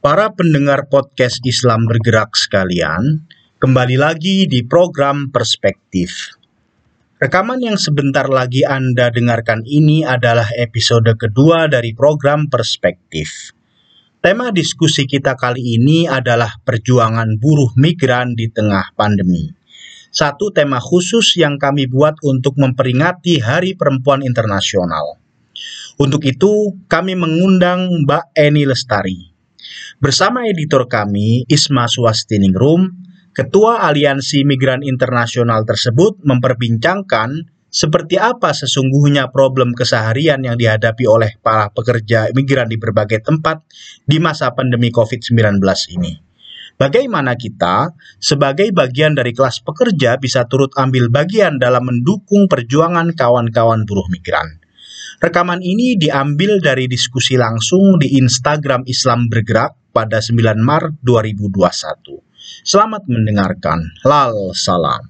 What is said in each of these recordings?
Para pendengar podcast Islam Bergerak sekalian, kembali lagi di program Perspektif. Rekaman yang sebentar lagi Anda dengarkan ini adalah episode kedua dari program Perspektif. Tema diskusi kita kali ini adalah perjuangan buruh migran di tengah pandemi. Satu tema khusus yang kami buat untuk memperingati Hari Perempuan Internasional. Untuk itu, kami mengundang Mbak Eni Lestari. Bersama editor kami, Isma Swastiningrum, Ketua Aliansi Migran Internasional tersebut memperbincangkan seperti apa sesungguhnya problem keseharian yang dihadapi oleh para pekerja migran di berbagai tempat di masa pandemi COVID-19 ini. Bagaimana kita, sebagai bagian dari kelas pekerja, bisa turut ambil bagian dalam mendukung perjuangan kawan-kawan buruh migran. Rekaman ini diambil dari diskusi langsung di Instagram Islam Bergerak pada 9 Maret 2021. Selamat mendengarkan. Lal salam.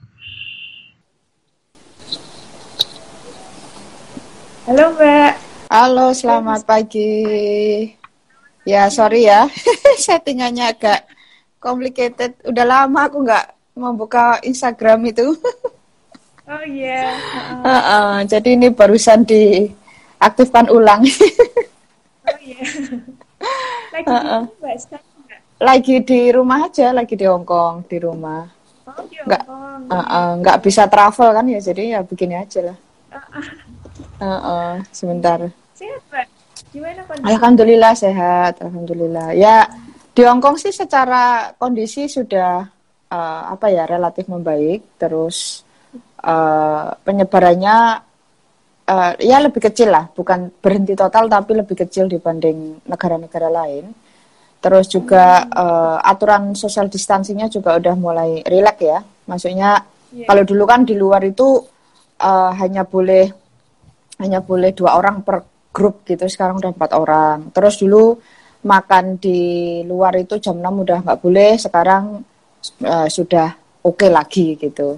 Halo Mbak. Halo, selamat pagi. Ya, sorry ya, settingannya agak complicated. Udah lama aku nggak membuka Instagram itu. Oh iya. Jadi ini barusan diaktifkan ulang. Oh iya. Lagi di mana Mbak? Lagi di rumah aja, lagi di Hong Kong, di rumah. Oh di Hong Kong. Nggak bisa travel kan ya, jadi ya begini aja lah. Sebentar. Sehat Mbak? Gimana kondisi? Alhamdulillah sehat, alhamdulillah. Ya di Hong Kong sih secara kondisi sudah relatif membaik. Terus penyebarannya ya lebih kecil lah, bukan berhenti total tapi lebih kecil dibanding negara-negara lain. Terus juga aturan social distancing-nya juga udah mulai rileks ya. Maksudnya kalau dulu kan di luar itu hanya boleh 2 orang per grup gitu, sekarang udah 4 orang. Terus dulu makan di luar itu jam 6 udah nggak boleh, sekarang sudah oke lagi gitu.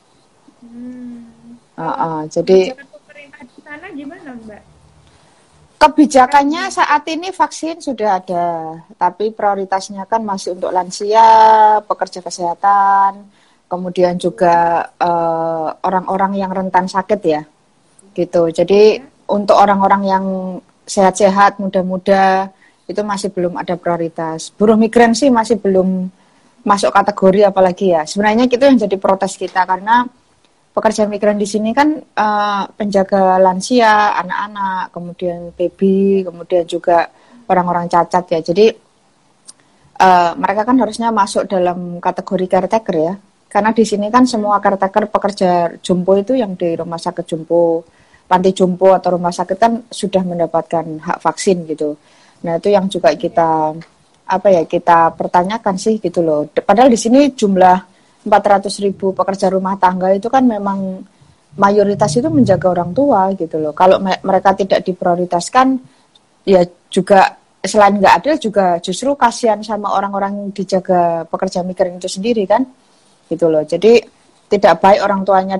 Jadi kebijakan pemerintah di sana gimana Mbak? kebijakannya saat ini vaksin sudah ada, tapi prioritasnya kan masih untuk lansia, pekerja kesehatan, kemudian juga orang-orang yang rentan sakit ya, gitu. Jadi untuk orang-orang yang sehat-sehat, muda-muda itu masih belum ada prioritas. Buruh migran sih masih belum masuk kategori apalagi ya. Sebenarnya itu yang jadi protes kita karena pekerja migran di sini kan penjaga lansia, anak-anak, kemudian baby, kemudian juga orang-orang cacat ya. Jadi mereka kan harusnya masuk dalam kategori caretaker ya. Karena di sini kan semua caretaker pekerja jompo itu yang di rumah sakit jompo, panti jompo atau rumah sakit kan sudah mendapatkan hak vaksin gitu. Nah itu yang juga kita pertanyakan sih gitu loh. Padahal di sini jumlah 400.000 pekerja rumah tangga itu kan memang mayoritas itu menjaga orang tua gitu loh. Kalau mereka tidak diprioritaskan, ya juga selain nggak adil juga justru kasihan sama orang-orang yang dijaga pekerja migran itu sendiri kan, gitu loh. Jadi tidak baik orang tuanya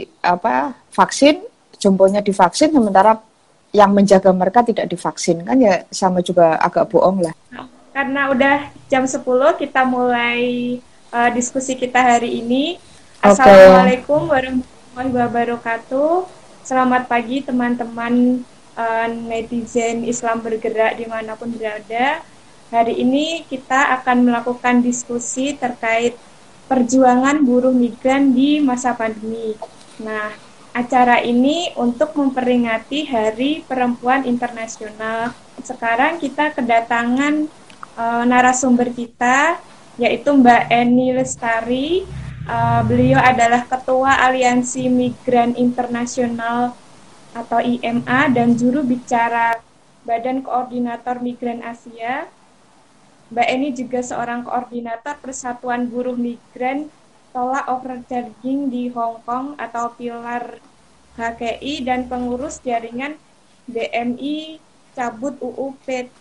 vaksin, jomponya divaksin, sementara yang menjaga mereka tidak divaksin kan ya sama juga agak bohong lah. Karena udah jam 10 kita mulai diskusi kita hari ini. Assalamualaikum warahmatullahi wabarakatuh. Selamat pagi teman-teman netizen Islam Bergerak dimanapun berada. Hari ini kita akan melakukan diskusi terkait perjuangan buruh migran di masa pandemi. Nah, acara ini untuk memperingati Hari Perempuan Internasional. Sekarang kita kedatangan narasumber kita, yaitu Mbak Eni Lestari. Beliau adalah Ketua Aliansi Migran Internasional atau IMA dan juru bicara Badan Koordinator Migran Asia. Mbak Eni juga seorang koordinator Persatuan Buruh Migran Tolak Overcharging di Hong Kong atau Pilar HKI dan pengurus jaringan DMI Cabut UU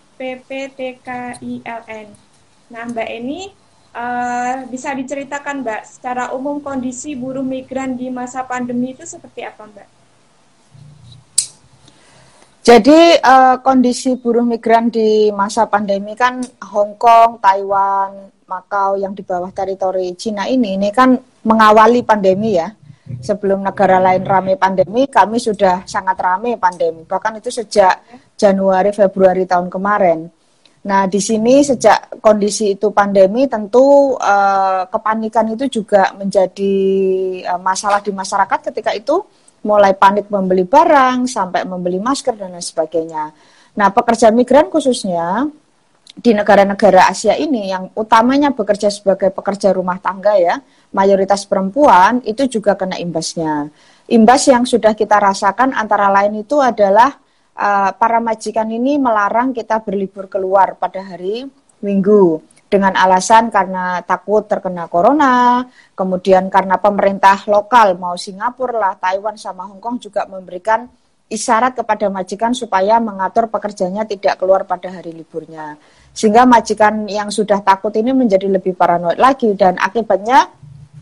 PPTKILN. Nah, Mbak Eni, bisa diceritakan Mbak, secara umum kondisi buruh migran di masa pandemi itu seperti apa Mbak? Jadi kondisi buruh migran di masa pandemi kan Hong Kong, Taiwan, Makau yang di bawah teritori Cina ini kan mengawali pandemi ya. Sebelum negara lain ramai pandemi, kami sudah sangat ramai pandemi. Bahkan itu sejak Januari, Februari tahun kemarin. Nah, di sini sejak kondisi itu pandemi, tentu kepanikan itu juga menjadi masalah di masyarakat ketika itu. Mulai panik membeli barang, sampai membeli masker, dan lain sebagainya. Nah, pekerja migran khususnya di negara-negara Asia ini yang utamanya bekerja sebagai pekerja rumah tangga ya, mayoritas perempuan, itu juga kena imbasnya. Imbas yang sudah kita rasakan antara lain itu adalah para majikan ini melarang kita berlibur keluar pada hari Minggu dengan alasan karena takut terkena corona, kemudian karena pemerintah lokal mau Singapura lah, Taiwan sama Hong Kong juga memberikan isyarat kepada majikan supaya mengatur pekerjanya tidak keluar pada hari liburnya. Sehingga majikan yang sudah takut ini menjadi lebih paranoid lagi dan akibatnya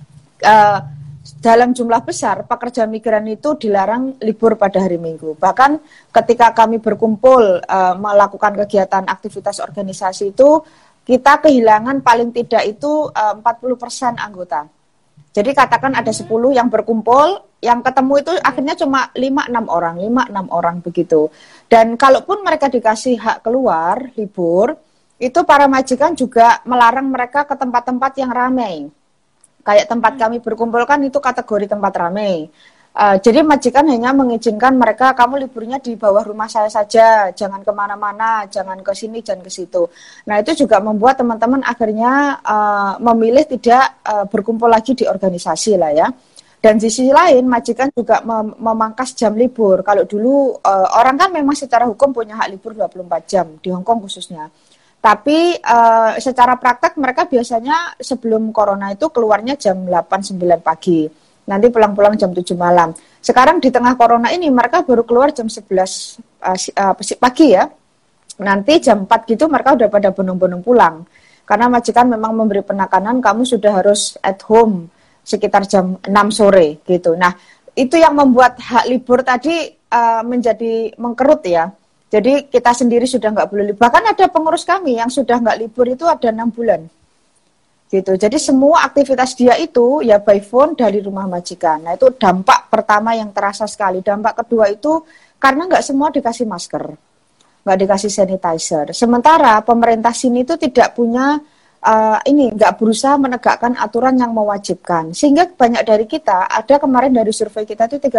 dalam jumlah besar pekerja migran itu dilarang libur pada hari Minggu. Bahkan ketika kami berkumpul melakukan kegiatan aktivitas organisasi itu kita kehilangan paling tidak itu 40% anggota. Jadi katakan ada 10 yang berkumpul, yang ketemu itu akhirnya cuma 5-6 orang begitu. Dan kalaupun mereka dikasih hak keluar, libur, itu para majikan juga melarang mereka ke tempat-tempat yang ramai. Kayak tempat kami berkumpul kan itu kategori tempat ramai. Jadi majikan hanya mengizinkan mereka, kamu liburnya di bawah rumah saya saja, jangan kemana-mana, jangan ke sini, jangan ke situ. Nah itu juga membuat teman-teman akhirnya memilih tidak berkumpul lagi di organisasi lah ya. Dan di sisi lain majikan juga memangkas jam libur. Kalau dulu orang kan memang secara hukum punya hak libur 24 jam, di Hong Kong khususnya. Tapi secara praktek mereka biasanya sebelum corona itu keluarnya jam 8-9 pagi. Nanti pulang-pulang jam 7 malam. Sekarang di tengah corona ini mereka baru keluar jam 11 pagi ya. Nanti jam 4 gitu mereka udah pada benung-benung pulang. Karena majikan memang memberi penekanan kamu sudah harus at home sekitar jam 6 sore gitu. Nah, itu yang membuat hak libur tadi menjadi mengkerut ya. Jadi kita sendiri sudah nggak boleh libur. Bahkan ada pengurus kami yang sudah nggak libur itu ada 6 bulan. Gitu. Jadi semua aktivitas dia itu ya by phone dari rumah majikan. Nah itu dampak pertama yang terasa sekali. Dampak kedua itu karena nggak semua dikasih masker, nggak dikasih sanitizer. Sementara pemerintah sini itu tidak punya nggak berusaha menegakkan aturan yang mewajibkan. Sehingga banyak dari kita, ada kemarin dari survei kita itu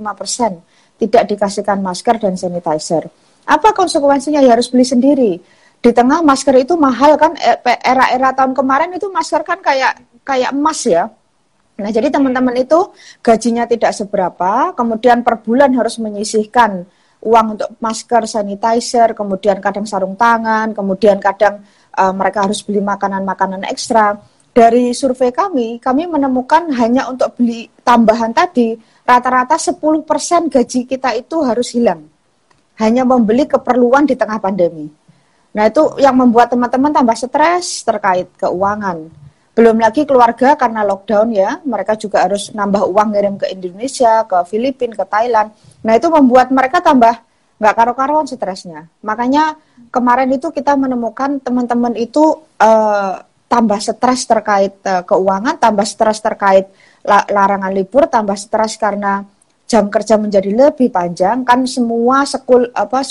35% tidak dikasihkan masker dan sanitizer. Apa konsekuensinya? Ya harus beli sendiri. Di tengah masker itu mahal kan, era-era tahun kemarin itu masker kan kayak emas ya. Nah jadi teman-teman itu gajinya tidak seberapa, kemudian per bulan harus menyisihkan uang untuk masker, sanitizer, kemudian kadang sarung tangan, kemudian kadang mereka harus beli makanan-makanan ekstra. Dari survei kami menemukan hanya untuk beli tambahan tadi, rata-rata 10% gaji kita itu harus hilang. Hanya membeli keperluan di tengah pandemi. Nah itu yang membuat teman-teman tambah stres terkait keuangan. Belum lagi keluarga karena lockdown ya, mereka juga harus nambah uang ngirim ke Indonesia, ke Filipina, ke Thailand. Nah itu membuat mereka tambah nggak karu-karuan stresnya. Makanya kemarin itu kita menemukan teman-teman itu tambah stres terkait keuangan, tambah stres terkait larangan libur, tambah stres karena jam kerja menjadi lebih panjang kan semua school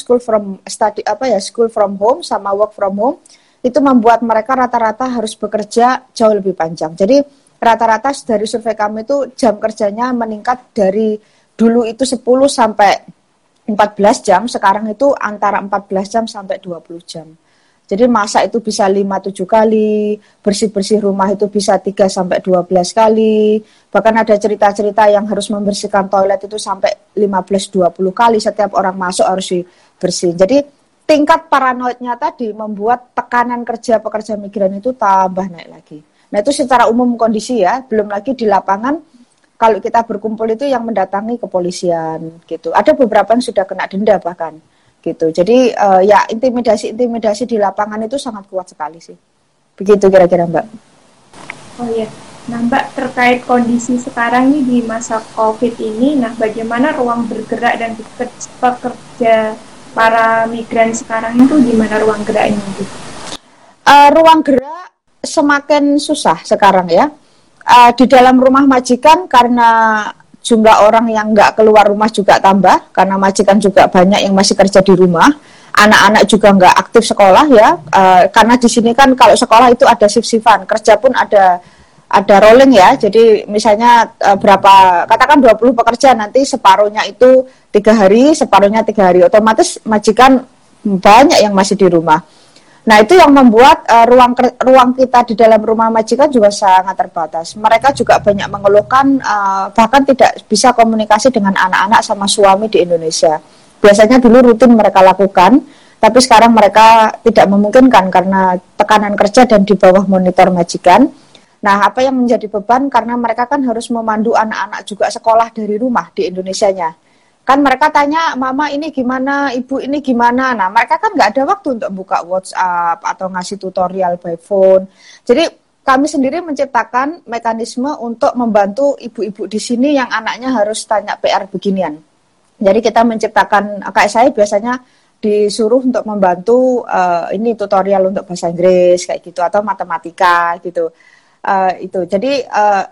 from home sama work from home itu membuat mereka rata-rata harus bekerja jauh lebih panjang. Jadi rata-rata dari survei kami itu jam kerjanya meningkat dari dulu itu 10 sampai 14 jam, sekarang itu antara 14 jam sampai 20 jam. Jadi masak itu bisa 5-7 kali, bersih-bersih rumah itu bisa 3-12 kali, bahkan ada cerita-cerita yang harus membersihkan toilet itu sampai 15-20 kali setiap orang masuk harus dibersihin. Jadi tingkat paranoidnya tadi membuat tekanan kerja pekerja migran itu tambah naik lagi. Nah itu secara umum kondisi ya, belum lagi di lapangan kalau kita berkumpul itu yang mendatangi kepolisian gitu. Ada beberapa yang sudah kena denda bahkan. Gitu. Jadi ya intimidasi di lapangan itu sangat kuat sekali sih. Begitu kira-kira Mbak. Oh iya. Nah Mbak terkait kondisi sekarang nih di masa COVID ini, nah bagaimana ruang bergerak dan pekerja para migran sekarang itu gimana ruang geraknya gitu? Ruang gerak semakin susah sekarang ya. Di dalam rumah majikan karena jumlah orang yang nggak keluar rumah juga tambah, karena majikan juga banyak yang masih kerja di rumah. Anak-anak juga nggak aktif sekolah ya, karena di sini kan kalau sekolah itu ada shift-shiftan, kerja pun ada rolling ya. Jadi misalnya berapa, katakan 20 pekerja, nanti separuhnya itu 3 hari, separuhnya 3 hari. Otomatis majikan banyak yang masih di rumah. Nah, itu yang membuat ruang kita di dalam rumah majikan juga sangat terbatas. Mereka juga banyak mengeluhkan bahkan tidak bisa komunikasi dengan anak-anak sama suami di Indonesia. Biasanya dulu rutin mereka lakukan, tapi sekarang mereka tidak memungkinkan karena tekanan kerja dan di bawah monitor majikan. Nah, apa yang menjadi beban karena mereka kan harus memandu anak-anak juga sekolah dari rumah di Indonesianya. Kan mereka tanya, mama ini gimana, ibu ini gimana. Nah, mereka kan nggak ada waktu untuk buka WhatsApp atau ngasih tutorial by phone. Jadi kami sendiri menciptakan mekanisme untuk membantu ibu-ibu di sini yang anaknya harus tanya PR beginian. Jadi kita menciptakan, kayak saya biasanya disuruh untuk membantu ini tutorial untuk bahasa Inggris kayak gitu atau matematika gitu. Itu. Jadi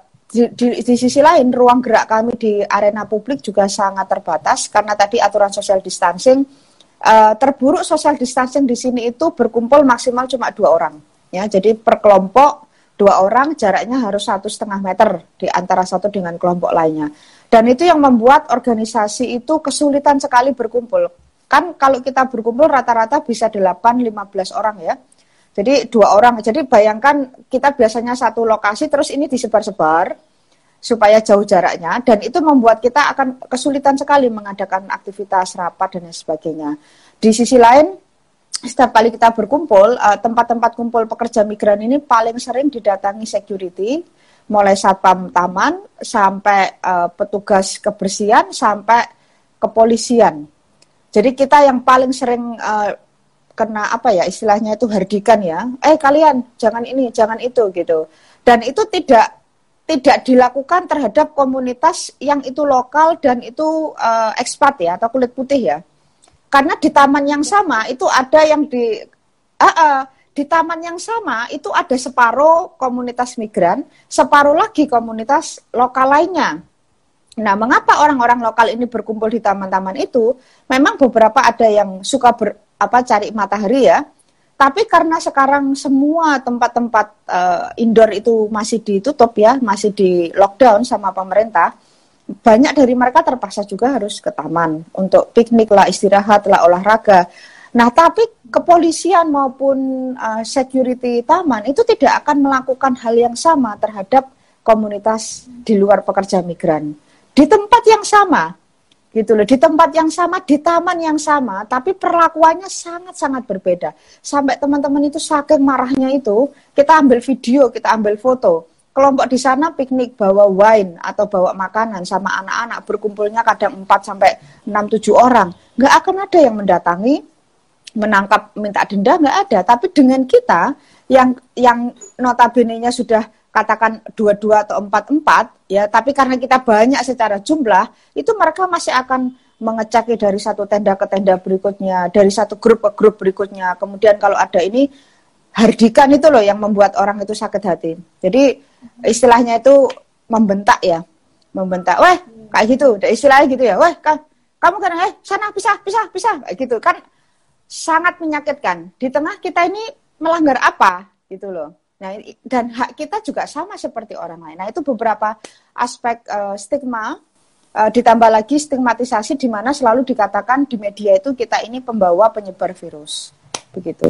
di sisi lain ruang gerak kami di arena publik juga sangat terbatas karena tadi aturan social distancing. Terburuk social distancing di sini itu berkumpul maksimal cuma 2 orang ya, jadi per kelompok 2 orang, jaraknya harus 1,5 meter di antara satu dengan kelompok lainnya, dan itu yang membuat organisasi itu kesulitan sekali berkumpul. Kan kalau kita berkumpul rata-rata bisa 8-15 orang ya. Jadi 2 orang, jadi bayangkan kita biasanya satu lokasi, terus ini disebar-sebar supaya jauh jaraknya, dan itu membuat kita akan kesulitan sekali mengadakan aktivitas rapat dan sebagainya. Di sisi lain, setiap kali kita berkumpul, tempat-tempat kumpul pekerja migran ini paling sering didatangi security, mulai satpam taman, sampai petugas kebersihan, sampai kepolisian. Jadi kita yang paling sering kena apa ya istilahnya itu hardikan ya, kalian jangan ini jangan itu gitu, dan itu tidak dilakukan terhadap komunitas yang itu lokal dan itu ekspat ya atau kulit putih ya, karena di taman yang sama itu ada yang di taman yang sama itu ada separuh komunitas migran, separuh lagi komunitas lokal lainnya. Nah, mengapa orang-orang lokal ini berkumpul di taman-taman itu? Memang beberapa ada yang suka cari matahari ya, tapi karena sekarang semua tempat-tempat indoor itu masih ditutup ya, masih di lockdown sama pemerintah, banyak dari mereka terpaksa juga harus ke taman untuk piknik lah, istirahat lah, olahraga. Nah, tapi kepolisian maupun security taman itu tidak akan melakukan hal yang sama terhadap komunitas di luar pekerja migran di tempat yang sama. Gitu loh, di tempat yang sama, di taman yang sama, tapi perlakuannya sangat-sangat berbeda. Sampai teman-teman itu saking marahnya itu, kita ambil video, kita ambil foto. Kelompok di sana piknik bawa wine atau bawa makanan sama anak-anak, berkumpulnya kadang 4-6-7 orang. Nggak akan ada yang mendatangi, menangkap, minta denda, nggak ada. Tapi dengan kita, yang notabene-nya sudah katakan 22 atau 44 ya, tapi karena kita banyak secara jumlah, itu mereka masih akan mengecek dari satu tenda ke tenda berikutnya, dari satu grup ke grup berikutnya. Kemudian kalau ada ini hardikan itu loh yang membuat orang itu sakit hati. Jadi istilahnya itu membentak ya, membentak, weh kayak gitu, istilahnya gitu ya, weh kamu kan, sana pisah gitu kan, sangat menyakitkan. Di tengah kita ini melanggar apa gitu loh. Nah, dan hak kita juga sama seperti orang lain. Nah, itu beberapa aspek stigma, ditambah lagi stigmatisasi di mana selalu dikatakan di media itu kita ini pembawa penyebar virus. Begitu.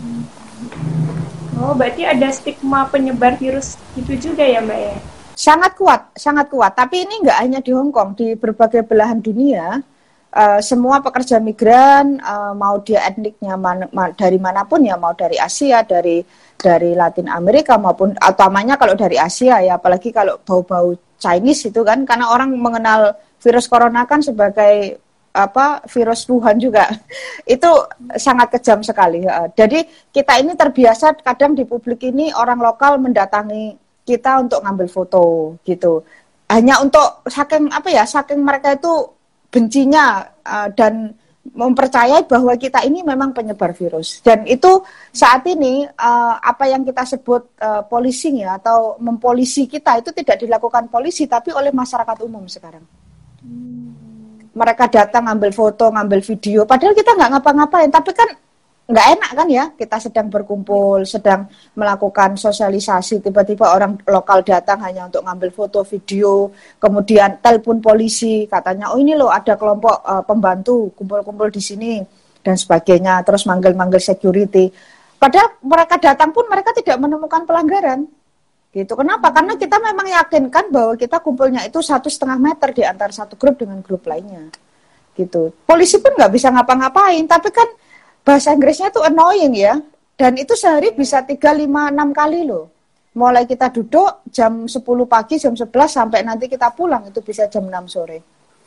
Oh, berarti ada stigma penyebar virus itu juga ya, Mbak ya? Sangat kuat. Tapi ini nggak hanya di Hong Kong, di berbagai belahan dunia, semua pekerja migran, mau dia etniknya dari manapun ya, mau dari Asia, dari Latin Amerika maupun utamanya kalau dari Asia ya, apalagi kalau bau-bau Chinese itu kan, karena orang mengenal virus corona kan sebagai virus Wuhan juga. Itu sangat kejam sekali. Jadi kita ini terbiasa kadang di publik ini orang lokal mendatangi kita untuk ngambil foto gitu. Hanya untuk saking mereka itu bencinya dan mempercayai bahwa kita ini memang penyebar virus. Dan itu saat ini apa yang kita sebut policing ya, atau mempolisi kita itu tidak dilakukan polisi tapi oleh masyarakat umum sekarang. Mereka datang ngambil foto, ngambil video, padahal kita nggak ngapa-ngapain, tapi kan nggak enak kan ya, kita sedang berkumpul, sedang melakukan sosialisasi, tiba-tiba orang lokal datang hanya untuk ngambil foto, video, kemudian telepon polisi, katanya, oh ini loh ada kelompok pembantu kumpul-kumpul di sini, dan sebagainya, terus manggil-manggil security. Padahal mereka datang pun mereka tidak menemukan pelanggaran. Gitu. Kenapa? Karena kita memang yakinkan bahwa kita kumpulnya itu 1,5 meter di antara satu grup dengan grup lainnya. Gitu. Polisi pun nggak bisa ngapa-ngapain, tapi kan bahasa Inggrisnya tuh annoying ya, dan itu sehari bisa 3, 5, 6 kali loh. Mulai kita duduk jam 10 pagi, jam 11 sampai nanti kita pulang itu bisa jam 6 sore.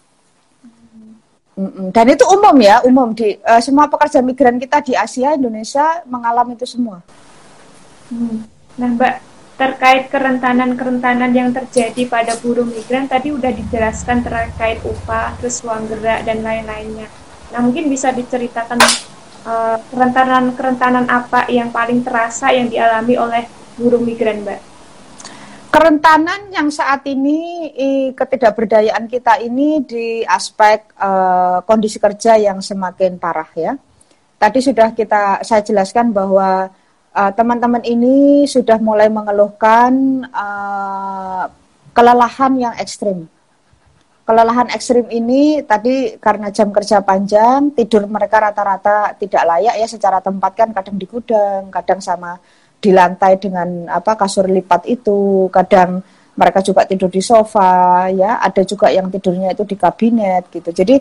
Dan itu umum ya, umum di semua pekerja migran kita di Asia, Indonesia mengalami itu semua. Nah Mbak, terkait kerentanan-kerentanan yang terjadi pada buruh migran tadi udah dijelaskan terkait upah, terus ruang gerak dan lain-lainnya. Nah mungkin bisa diceritakan kerentanan apa yang paling terasa yang dialami oleh buruh migran, Mbak? Kerentanan yang saat ini ketidakberdayaan kita ini di aspek kondisi kerja yang semakin parah ya. Tadi sudah saya jelaskan bahwa teman-teman ini sudah mulai mengeluhkan kelelahan yang ekstrim. Kelelahan ekstrim ini tadi karena jam kerja panjang, tidur mereka rata-rata tidak layak ya secara tempat, kan kadang di gudang, kadang sama di lantai dengan kasur lipat itu, kadang mereka juga tidur di sofa ya, ada juga yang tidurnya itu di kabinet gitu. Jadi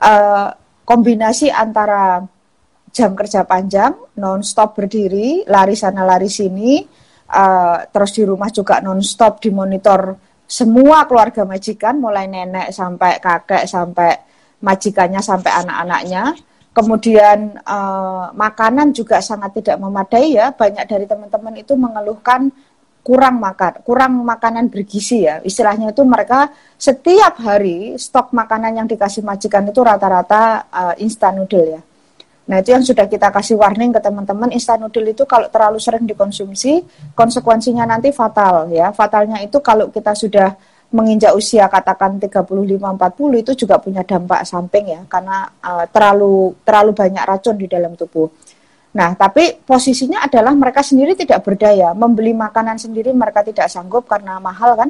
kombinasi antara jam kerja panjang, non-stop berdiri, lari sana lari sini, terus di rumah juga non-stop dimonitor semua keluarga majikan, mulai nenek sampai kakek, sampai majikannya, sampai anak-anaknya. Kemudian makanan juga sangat tidak memadai ya. Banyak dari teman-teman itu mengeluhkan kurang makanan bergizi ya. Istilahnya itu mereka setiap hari stok makanan yang dikasih majikan itu rata-rata instan noodle ya. Nah itu yang sudah kita kasih warning ke teman-teman, instan noodle itu kalau terlalu sering dikonsumsi, konsekuensinya nanti fatal ya. Fatalnya itu kalau kita sudah menginjak usia katakan 35-40 itu juga punya dampak samping ya, karena terlalu banyak racun di dalam tubuh. Nah tapi posisinya adalah mereka sendiri tidak berdaya, membeli makanan sendiri mereka tidak sanggup karena mahal kan.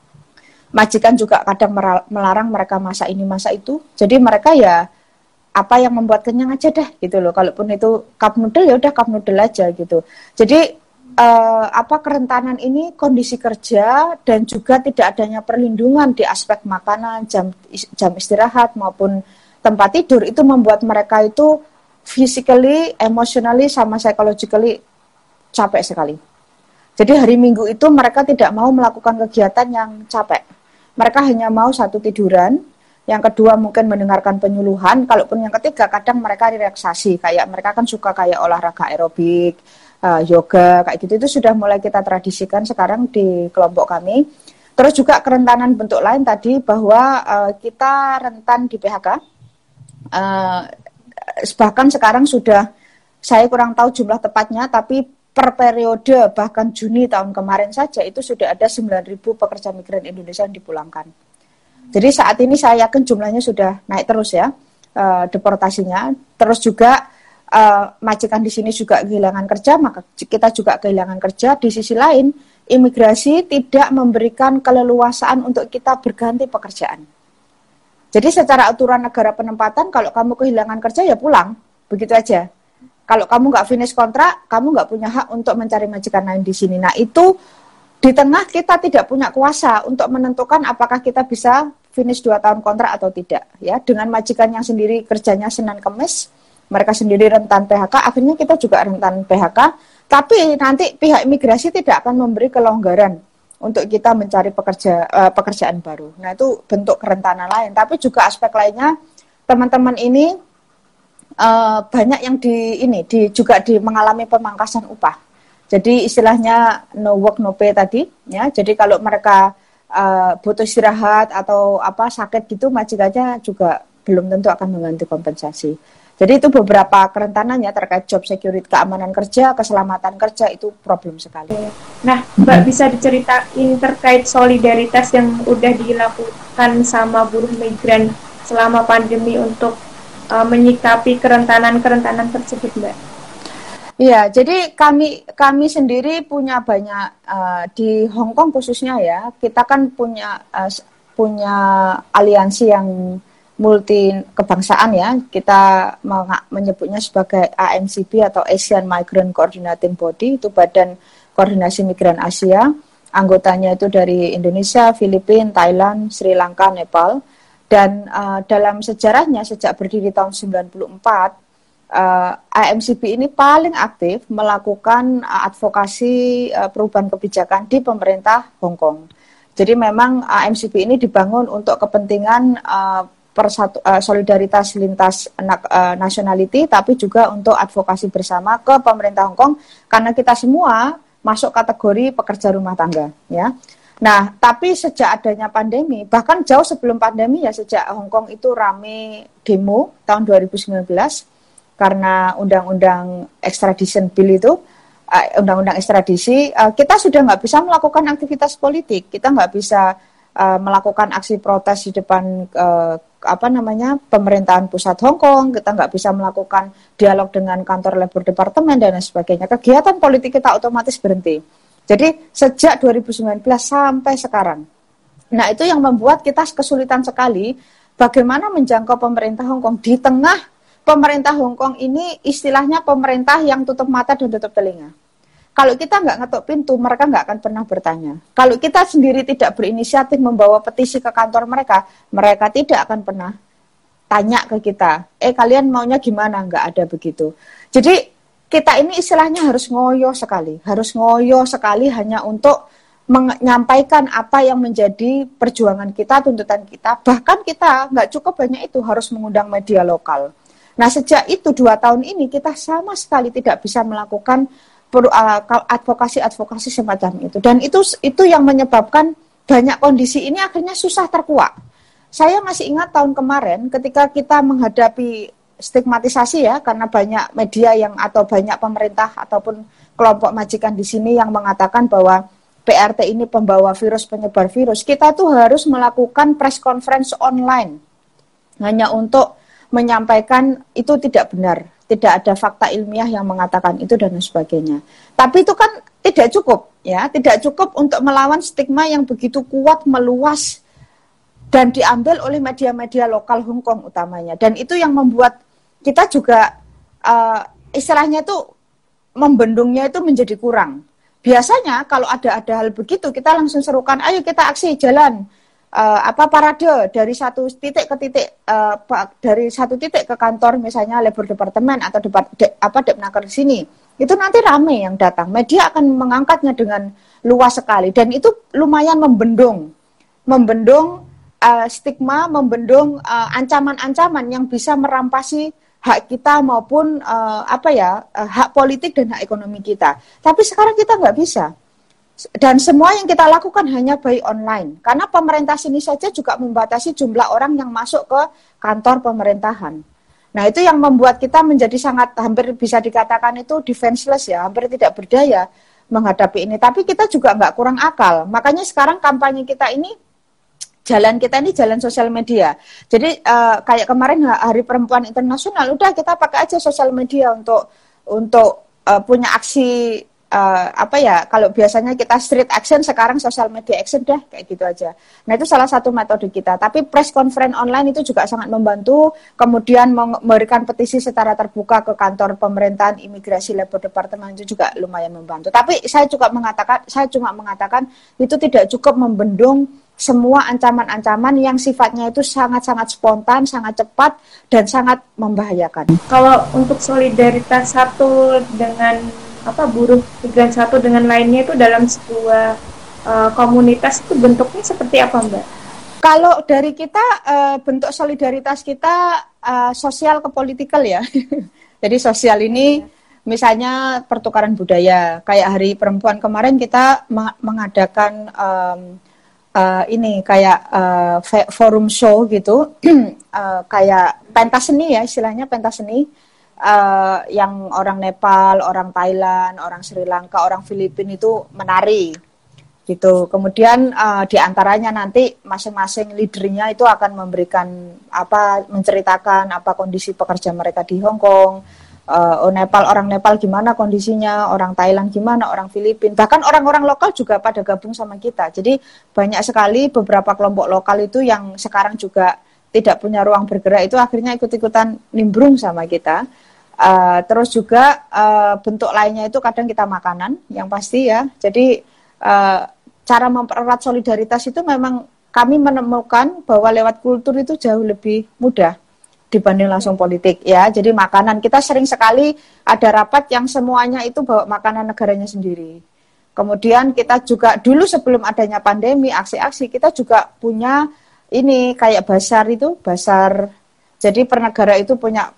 Majikan juga kadang melarang mereka masak ini masak itu, jadi mereka ya apa yang membuat kenyang aja deh gitu loh. Kalaupun itu cup noodle ya udah cup noodle aja gitu. Jadi kerentanan ini kondisi kerja dan juga tidak adanya perlindungan di aspek makanan, jam istirahat maupun tempat tidur itu membuat mereka itu physically, emotionally sama psychologically capek sekali. Jadi hari Minggu itu mereka tidak mau melakukan kegiatan yang capek. Mereka hanya mau satu tiduran. Yang kedua mungkin mendengarkan penyuluhan, kalaupun yang ketiga kadang mereka relaksasi, kayak mereka kan suka kayak olahraga aerobik, yoga, kayak gitu, itu sudah mulai kita tradisikan sekarang di kelompok kami. Terus juga kerentanan bentuk lain tadi bahwa kita rentan di PHK, bahkan sekarang sudah, saya kurang tahu jumlah tepatnya, tapi per periode bahkan Juni tahun kemarin saja itu sudah ada 9.000 pekerja migran Indonesia yang dipulangkan. Jadi saat ini saya yakin jumlahnya sudah naik terus ya, deportasinya. Terus juga majikan di sini juga kehilangan kerja, maka kita juga kehilangan kerja. Di sisi lain, imigrasi tidak memberikan keleluasaan untuk kita berganti pekerjaan. Jadi secara aturan negara penempatan, kalau kamu kehilangan kerja ya pulang, begitu aja. Kalau kamu nggak finish kontrak, kamu nggak punya hak untuk mencari majikan lain di sini. Nah itu di tengah kita tidak punya kuasa untuk menentukan apakah kita bisa finish 2 tahun kontrak atau tidak. Ya, dengan majikan yang sendiri kerjanya Senin Kamis, mereka sendiri rentan PHK, akhirnya kita juga rentan PHK. Tapi nanti pihak imigrasi tidak akan memberi kelonggaran untuk kita mencari pekerjaan baru. Nah itu bentuk kerentanan lain. Tapi juga aspek lainnya, teman-teman ini banyak yang juga mengalami pemangkasan upah. Jadi istilahnya no work no pay tadi, ya. Jadi kalau mereka butuh istirahat atau sakit gitu, majikannya juga belum tentu akan mengganti kompensasi. Jadi itu beberapa kerentanannya terkait job security, keamanan kerja, keselamatan kerja itu problem sekali. Nah, Mbak bisa diceritain terkait solidaritas yang udah dilakukan sama buruh migran selama pandemi untuk menyikapi kerentanan tersebut, Mbak? Iya, jadi kami sendiri punya banyak di Hong Kong khususnya ya. Kita kan punya aliansi yang multi kebangsaan ya, kita menyebutnya sebagai AMCB atau Asian Migrant Coordinating Body, itu Badan Koordinasi Migran Asia, anggotanya itu dari Indonesia, Filipina, Thailand, Sri Lanka, Nepal, dan dalam sejarahnya sejak berdiri tahun 94, AMCB ini paling aktif melakukan advokasi perubahan kebijakan di pemerintah Hong Kong. Jadi memang AMCB ini dibangun untuk kepentingan solidaritas lintas nationality, tapi juga untuk advokasi bersama ke pemerintah Hong Kong karena kita semua masuk kategori pekerja rumah tangga, ya. Nah, tapi sejak adanya pandemi, bahkan jauh sebelum pandemi ya, sejak Hong Kong itu rame demo tahun 2019 karena undang-undang extradition bill itu, undang-undang ekstradisi, kita sudah nggak bisa melakukan aktivitas politik, kita nggak bisa melakukan aksi protes di depan pemerintahan pusat Hong Kong, kita nggak bisa melakukan dialog dengan kantor Labor Department dan lain sebagainya. Kegiatan politik kita otomatis berhenti. Jadi sejak 2019 sampai sekarang. Nah, itu yang membuat kita kesulitan sekali bagaimana menjangkau pemerintah Hong Kong di tengah pemerintah Hong Kong ini istilahnya pemerintah yang tutup mata dan tutup telinga. Kalau kita nggak ngetok pintu, mereka nggak akan pernah bertanya. Kalau kita sendiri tidak berinisiatif membawa petisi ke kantor mereka, mereka tidak akan pernah tanya ke kita, kalian maunya gimana? Nggak ada begitu. Jadi kita ini istilahnya harus ngoyo sekali hanya untuk menyampaikan apa yang menjadi perjuangan kita, tuntutan kita. Bahkan kita nggak cukup banyak itu, harus mengundang media lokal. Nah, sejak itu 2 tahun ini kita sama sekali tidak bisa melakukan advokasi semacam itu, dan itu yang menyebabkan banyak kondisi ini akhirnya susah terkuak. Saya masih ingat tahun kemarin ketika kita menghadapi stigmatisasi ya, karena banyak media atau banyak pemerintah ataupun kelompok majikan di sini yang mengatakan bahwa PRT ini pembawa virus, penyebar virus. Kita tuh harus melakukan press conference online hanya untuk menyampaikan itu tidak benar. Tidak ada fakta ilmiah yang mengatakan itu dan sebagainya. Tapi itu kan tidak cukup, ya, tidak cukup untuk melawan stigma yang begitu kuat, meluas, dan diambil oleh media-media lokal Hong Kong utamanya. Dan itu yang membuat kita juga istilahnya itu membendungnya itu menjadi kurang. Biasanya kalau ada hal begitu kita langsung serukan, ayo kita aksi jalan. Parade dari satu titik ke titik, dari satu titik ke kantor misalnya Labor Department atau Depnaker di sini, itu nanti rame yang datang, media akan mengangkatnya dengan luas sekali, dan itu lumayan membendung stigma, membendung ancaman-ancaman yang bisa merampasi hak kita maupun hak politik dan hak ekonomi kita. Tapi sekarang kita nggak bisa. Dan semua yang kita lakukan hanya by online. Karena pemerintah sini saja juga membatasi jumlah orang yang masuk ke kantor pemerintahan. Nah, itu yang membuat kita menjadi sangat, hampir bisa dikatakan itu defenseless ya, hampir tidak berdaya menghadapi ini. Tapi kita juga nggak kurang akal. Makanya sekarang kampanye kita ini, jalan sosial media. Jadi kayak kemarin Hari Perempuan Internasional, udah kita pakai aja sosial media untuk punya aksi. Kalau biasanya kita street action, sekarang social media action dah, kayak gitu aja. Nah, itu salah satu metode kita. Tapi press conference online itu juga sangat membantu. Kemudian memberikan petisi secara terbuka ke kantor pemerintahan, imigrasi, Labor Department itu juga lumayan membantu. Tapi saya cuma mengatakan itu tidak cukup membendung semua ancaman-ancaman yang sifatnya itu sangat-sangat spontan, sangat cepat, dan sangat membahayakan. Kalau untuk solidaritas satu dengan buruh migran satu dengan lainnya itu dalam sebuah komunitas itu bentuknya seperti apa, Mbak? Kalau dari kita bentuk solidaritas kita sosial ke politikal ya. Jadi sosial ini misalnya pertukaran budaya. Kayak Hari Perempuan kemarin kita mengadakan ini kayak forum show gitu, kayak pentas seni ya, istilahnya pentas seni, yang orang Nepal, orang Thailand, orang Sri Lanka, orang Filipina itu menari gitu. Kemudian di antaranya nanti masing-masing leadernya itu akan memberikan menceritakan apa kondisi pekerja mereka di Hong Kong. Orang Nepal gimana kondisinya, orang Thailand gimana, orang Filipina, bahkan orang-orang lokal juga pada gabung sama kita. Jadi banyak sekali beberapa kelompok lokal itu yang sekarang juga tidak punya ruang bergerak itu akhirnya ikut-ikutan nimbrung sama kita. Terus juga bentuk lainnya itu kadang kita makanan, yang pasti ya. Jadi cara mempererat solidaritas itu memang kami menemukan bahwa lewat kultur itu jauh lebih mudah dibanding langsung politik ya. Jadi makanan, kita sering sekali ada rapat yang semuanya itu bawa makanan negaranya sendiri. Kemudian kita juga dulu sebelum adanya pandemi, aksi-aksi, kita juga punya ini kayak basar. Jadi per negara itu punya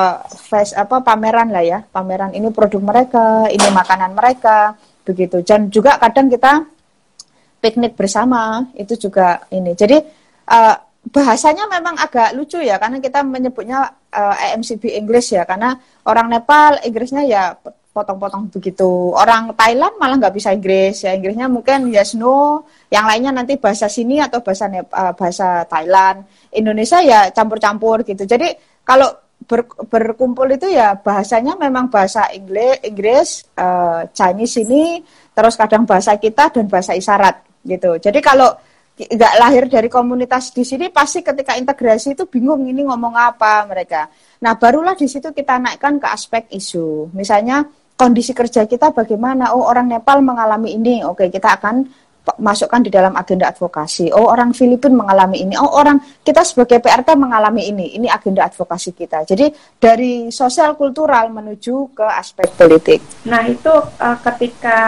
pameran lah ya, pameran ini produk mereka, ini makanan mereka, begitu. Dan juga kadang kita piknik bersama, itu juga ini. Jadi bahasanya memang agak lucu ya, karena kita menyebutnya AMCB English ya, karena orang Nepal Inggrisnya ya potong-potong begitu. Orang Thailand malah nggak bisa Inggris, ya Inggrisnya mungkin yes no, yang lainnya nanti bahasa sini atau bahasa Thailand. Indonesia ya campur-campur gitu. Jadi kalau berkumpul itu ya bahasanya memang bahasa Inggris, Chinese ini, terus kadang bahasa kita dan bahasa isyarat gitu. Jadi kalau nggak lahir dari komunitas di sini, pasti ketika integrasi itu bingung ini ngomong apa mereka. Nah, barulah di situ kita naikkan ke aspek isu. Misalnya kondisi kerja kita bagaimana? Oh, orang Nepal mengalami ini. Oke, kita akan masukkan di dalam agenda advokasi. Oh, orang Filipina mengalami ini. Oh, kita sebagai PRT mengalami ini. Ini agenda advokasi kita. Jadi dari sosial kultural menuju ke aspek politik. Nah, itu ketika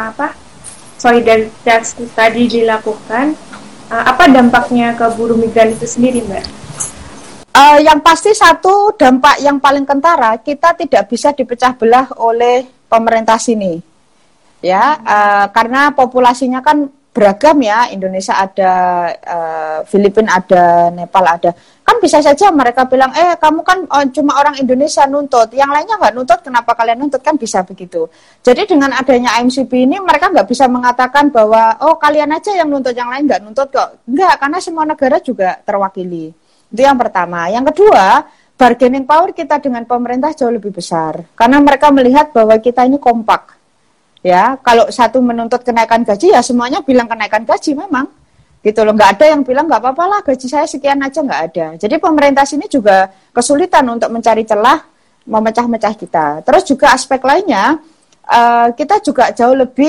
solidaritas tadi dilakukan, apa dampaknya ke buruh migran itu sendiri, Mbak? Yang pasti satu dampak yang paling kentara, kita tidak bisa dipecah belah oleh pemerintah sini, ya, karena populasinya kan beragam ya, Indonesia ada, Filipina ada, Nepal ada, kan bisa saja mereka bilang, kamu kan cuma orang Indonesia nuntut, yang lainnya nggak nuntut, kenapa kalian nuntut, kan bisa begitu. Jadi dengan adanya AMCB ini mereka nggak bisa mengatakan bahwa kalian aja yang nuntut, yang lain nggak nuntut kok, nggak, karena semua negara juga terwakili. Itu yang pertama. Yang kedua, bargaining power kita dengan pemerintah jauh lebih besar, karena mereka melihat bahwa kita ini kompak. Ya, kalau satu menuntut kenaikan gaji, ya semuanya bilang kenaikan gaji memang, gitu loh. Nggak ada yang bilang nggak apa-apa lah gaji saya sekian aja, nggak ada. Jadi pemerintah sini juga kesulitan untuk mencari celah memecah-mecah kita. Terus juga aspek lainnya, kita juga jauh lebih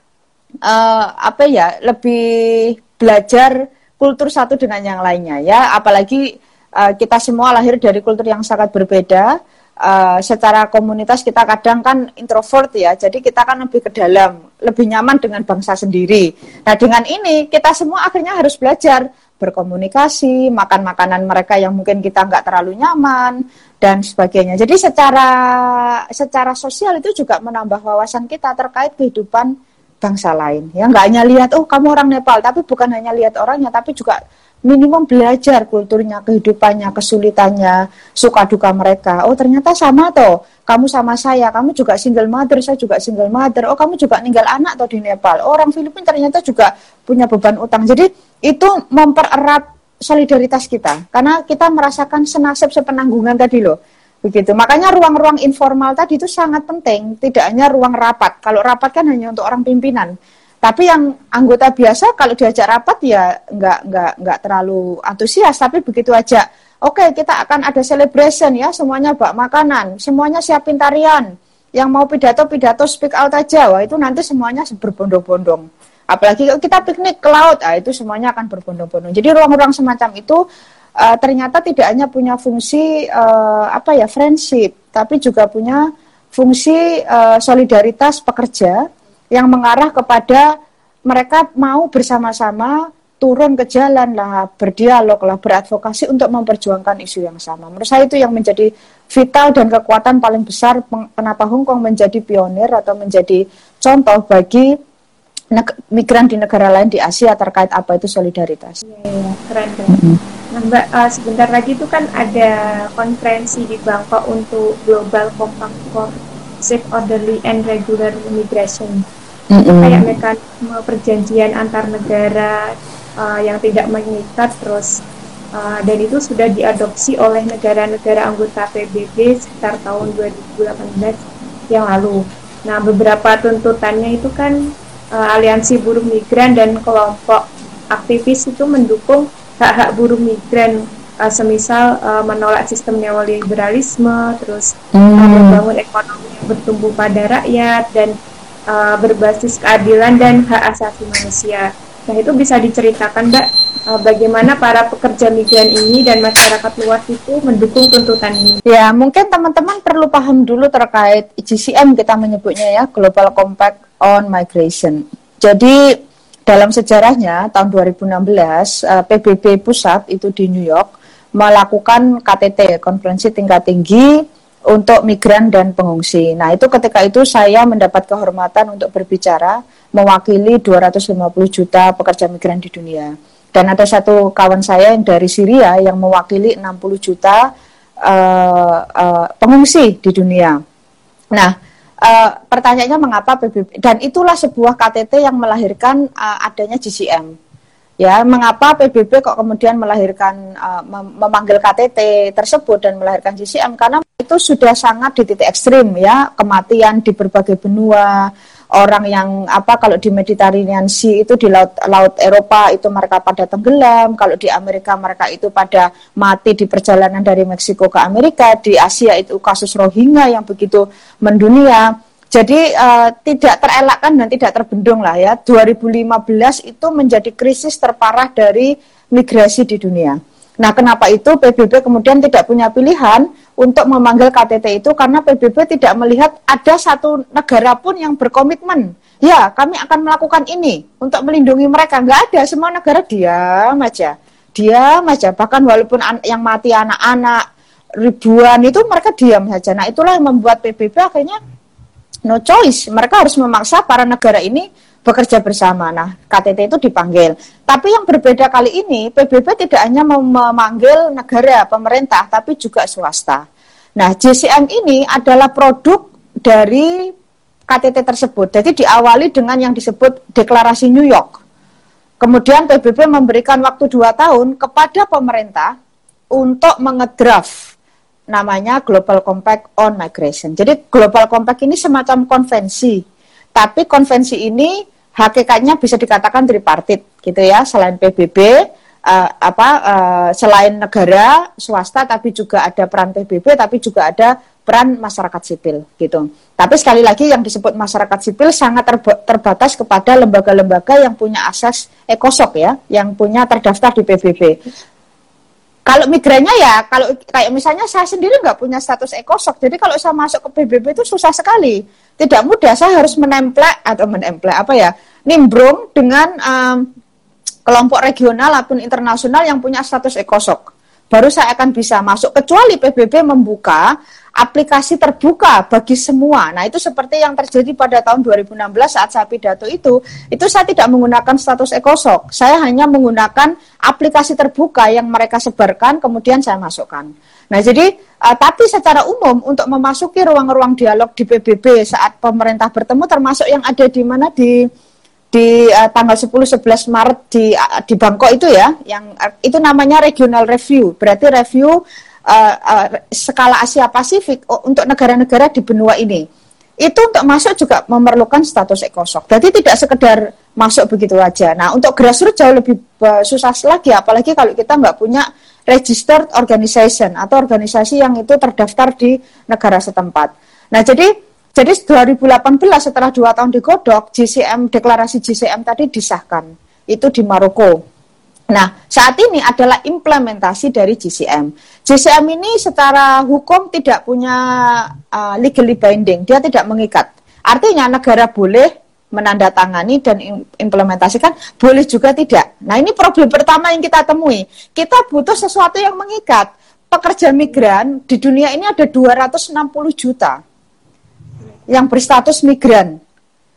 lebih belajar kultur satu dengan yang lainnya ya. Apalagi kita semua lahir dari kultur yang sangat berbeda. Secara komunitas kita kadang kan introvert ya, jadi kita kan lebih ke dalam, lebih nyaman dengan bangsa sendiri. Nah, dengan ini kita semua akhirnya harus belajar berkomunikasi, makan makanan mereka yang mungkin kita nggak terlalu nyaman dan sebagainya. Jadi secara sosial itu juga menambah wawasan kita terkait kehidupan bangsa lain. Ya, nggak hanya lihat kamu orang Nepal, tapi bukan hanya lihat orangnya, tapi juga minimum belajar kulturnya, kehidupannya, kesulitannya, suka duka mereka. Oh, ternyata sama toh. Kamu sama saya, kamu juga single mother, saya juga single mother. Oh, kamu juga ninggal anak toh di Nepal. Oh, orang Filipina ternyata juga punya beban utang. Jadi itu mempererat solidaritas kita, karena kita merasakan senasib sepenanggungan tadi loh. Begitu. Makanya ruang-ruang informal tadi itu sangat penting, tidak hanya ruang rapat. Kalau rapat kan hanya untuk orang pimpinan. Tapi yang anggota biasa kalau diajak rapat ya nggak terlalu antusias, tapi begitu aja. Oke, kita akan ada celebration ya, semuanya bak makanan, semuanya siapin tarian. Yang mau pidato speak out aja, wah itu nanti semuanya berbondong-bondong. Apalagi kalau kita piknik ke laut, itu semuanya akan berbondong-bondong. Jadi ruang-ruang semacam itu ternyata tidak hanya punya fungsi friendship, tapi juga punya fungsi solidaritas pekerja yang mengarah kepada mereka mau bersama-sama turun ke jalan lah, berdialog lah, beradvokasi untuk memperjuangkan isu yang sama. Menurut saya itu yang menjadi vital dan kekuatan paling besar kenapa Hong Kong menjadi pionir atau menjadi contoh bagi migran di negara lain di Asia terkait apa itu solidaritas. Iya, keren. Nah, Mbak, sebentar lagi itu kan ada konferensi di Bangkok untuk Global Compact for Safe, Orderly, and Regular Migration. Kayak mekanisme perjanjian antar negara yang tidak mengikat, terus dan itu sudah diadopsi oleh negara-negara anggota PBB sekitar tahun 2018 yang lalu. Nah, beberapa tuntutannya itu kan aliansi buruh migran dan kelompok aktivis itu mendukung hak-hak buruh migran, semisal menolak sistem neoliberalisme, terus membangun ekonomi yang bertumbuh pada rakyat dan berbasis keadilan dan hak asasi manusia. Nah, itu bisa diceritakan, Mbak, bagaimana para pekerja migran ini dan masyarakat luas itu mendukung tuntutan ini? Ya, mungkin teman-teman perlu paham dulu terkait GCM, kita menyebutnya ya, Global Compact on Migration. Jadi dalam sejarahnya tahun 2016 PBB pusat itu di New York melakukan KTT, konferensi tingkat tinggi untuk migran dan pengungsi. Nah, itu ketika itu saya mendapat kehormatan untuk berbicara mewakili 250 juta pekerja migran di dunia. Dan ada satu kawan saya yang dari Syria yang mewakili 60 juta pengungsi di dunia. Nah, pertanyaannya mengapa PBB, dan itulah sebuah KTT yang melahirkan adanya GCM. Ya, mengapa PBB kok kemudian melahirkan memanggil KTT tersebut dan melahirkan GCM? Karena itu sudah sangat di titik ekstrim ya, kematian di berbagai benua, orang yang kalau di Mediterranean Sea itu di laut Eropa itu mereka pada tenggelam, kalau di Amerika mereka itu pada mati di perjalanan dari Meksiko ke Amerika, di Asia itu kasus Rohingya yang begitu mendunia. Jadi tidak terelakkan dan tidak terbendung lah ya. 2015 itu menjadi krisis terparah dari migrasi di dunia. Nah, kenapa itu PBB kemudian tidak punya pilihan untuk memanggil KTT itu, karena PBB tidak melihat ada satu negara pun yang berkomitmen, ya kami akan melakukan ini untuk melindungi mereka. Nggak ada, semua negara diam aja, bahkan walaupun yang mati anak-anak ribuan itu mereka diam saja. Nah, itulah yang membuat PBB akhirnya no choice, mereka harus memaksa para negara ini bekerja bersama. Nah, KTT itu dipanggil. Tapi yang berbeda kali ini, PBB tidak hanya memanggil negara, pemerintah, tapi juga swasta. Nah, GCM ini adalah produk dari KTT tersebut. Jadi diawali dengan yang disebut Deklarasi New York. Kemudian PBB memberikan waktu 2 tahun kepada pemerintah untuk mengedraft namanya Global Compact on Migration. Jadi Global Compact ini semacam konvensi. Tapi konvensi ini hakikatnya bisa dikatakan tripartit gitu ya, selain PBB, selain negara, swasta, tapi juga ada peran PBB, tapi juga ada peran masyarakat sipil gitu. Tapi sekali lagi yang disebut masyarakat sipil sangat terbatas kepada lembaga-lembaga yang punya akses ECOSOC ya, yang punya terdaftar di PBB. Kalau migrannya ya, kalau kayak misalnya saya sendiri nggak punya status ECOSOC, jadi kalau saya masuk ke PBB itu susah sekali, tidak mudah. Saya harus nimbrung dengan kelompok regional ataupun internasional yang punya status ECOSOC. Baru saya akan bisa masuk, kecuali PBB membuka aplikasi terbuka bagi semua. Nah, itu seperti yang terjadi pada tahun 2016 saat saya pidato itu saya tidak menggunakan status ECOSOC. Saya hanya menggunakan aplikasi terbuka yang mereka sebarkan, kemudian saya masukkan. Nah, jadi tapi secara umum untuk memasuki ruang-ruang dialog di PBB saat pemerintah bertemu, termasuk yang ada di mana di tanggal 10-11 Maret di Bangkok itu ya, yang itu namanya regional review, berarti review skala Asia Pasifik untuk negara-negara di benua ini. Itu untuk masuk juga memerlukan status ECOSOC. Jadi tidak sekedar masuk begitu aja. Nah, untuk grassroots jauh lebih susah lagi, apalagi kalau kita nggak punya registered organization atau organisasi yang itu terdaftar di negara setempat. Nah, jadi 2018 setelah 2 tahun digodok, deklarasi GCM tadi disahkan. Itu di Maroko. Nah, saat ini adalah implementasi dari GCM. GCM ini secara hukum tidak punya legally binding, dia tidak mengikat. Artinya negara boleh menandatangani dan implementasikan, boleh juga tidak. Nah, ini problem pertama yang kita temui. Kita butuh sesuatu yang mengikat. Pekerja migran di dunia ini ada 260 juta yang berstatus migran.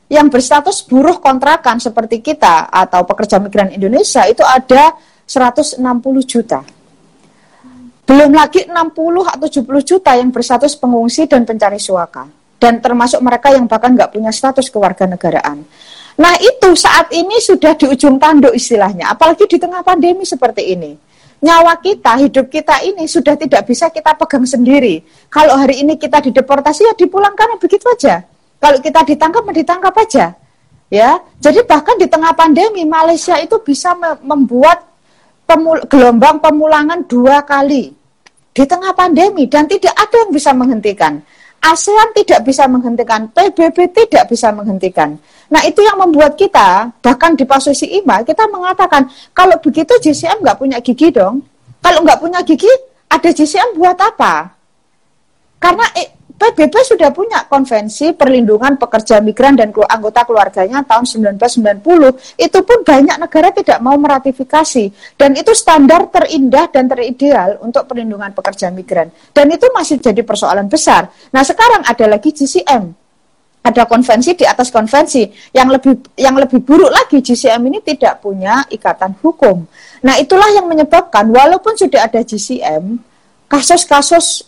yang berstatus buruh kontrakan seperti kita atau pekerja migran Indonesia itu ada 160 juta. Belum lagi 60 atau 70 juta yang berstatus pengungsi dan pencari suaka. Dan termasuk mereka yang bahkan nggak punya status kewarganegaraan. Nah itu saat ini sudah di ujung tanduk istilahnya, apalagi di tengah pandemi seperti ini. Nyawa kita, hidup kita ini sudah tidak bisa kita pegang sendiri. Kalau hari ini kita dideportasi ya dipulangkan begitu aja. Kalau kita ditangkap aja. Ya, jadi bahkan di tengah pandemi Malaysia itu bisa membuat gelombang pemulangan 2 kali di tengah pandemi dan tidak ada yang bisa menghentikan. ASEAN tidak bisa menghentikan, PBB tidak bisa menghentikan. Nah itu yang membuat kita, bahkan di posisi IMA, kita mengatakan, kalau begitu JCM nggak punya gigi dong. Kalau nggak punya gigi, ada JCM buat apa? Karena PBB sudah punya konvensi perlindungan pekerja migran dan anggota keluarganya tahun 1990. Itu pun banyak negara tidak mau meratifikasi. Dan itu standar terindah dan terideal untuk perlindungan pekerja migran. Dan itu masih jadi persoalan besar. Nah sekarang ada lagi GCM. Ada konvensi di atas konvensi. Yang lebih buruk lagi, GCM ini tidak punya ikatan hukum. Nah itulah yang menyebabkan walaupun sudah ada GCM, kasus-kasus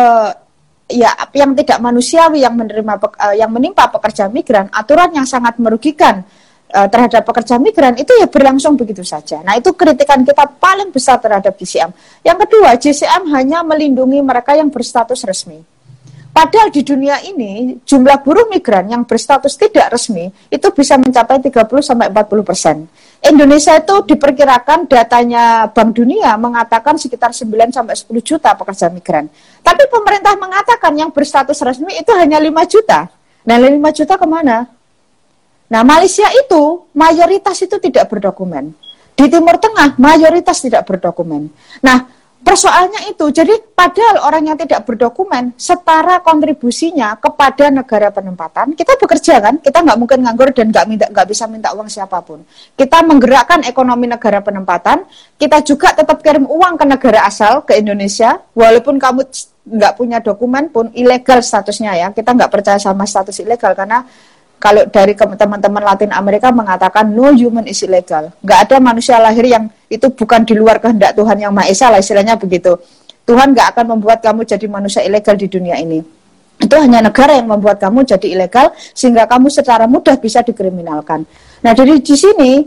ya yang tidak manusiawi yang menimpa pekerja migran, aturan yang sangat merugikan terhadap pekerja migran itu ya berlangsung begitu saja. Nah itu kritikan kita paling besar terhadap GCM. Yang kedua, GCM hanya melindungi mereka yang berstatus resmi. Padahal di dunia ini jumlah buruh migran yang berstatus tidak resmi itu bisa mencapai 30-40%. Indonesia itu diperkirakan datanya Bank Dunia mengatakan sekitar 9-10 juta pekerja migran. Tapi pemerintah mengatakan yang berstatus resmi itu hanya 5 juta. Nah 5 juta kemana? Nah Malaysia itu mayoritas itu tidak berdokumen. Di Timur Tengah mayoritas tidak berdokumen. Nah persoalannya itu, jadi padahal orang yang tidak berdokumen setara kontribusinya kepada negara penempatan, kita bekerja kan, kita nggak mungkin nganggur dan nggak bisa minta uang siapapun. Kita menggerakkan ekonomi negara penempatan, kita juga tetap kirim uang ke negara asal, ke Indonesia, walaupun kamu nggak punya dokumen pun, ilegal statusnya ya, kita nggak percaya sama status ilegal, karena kalau dari teman-teman Latin Amerika mengatakan no human is illegal. Nggak ada manusia lahir yang itu bukan di luar kehendak Tuhan Yang Maha Esa lah istilahnya begitu. Tuhan nggak akan membuat kamu jadi manusia ilegal di dunia ini. Itu hanya negara yang membuat kamu jadi ilegal sehingga kamu secara mudah bisa dikriminalkan. Nah dari di sini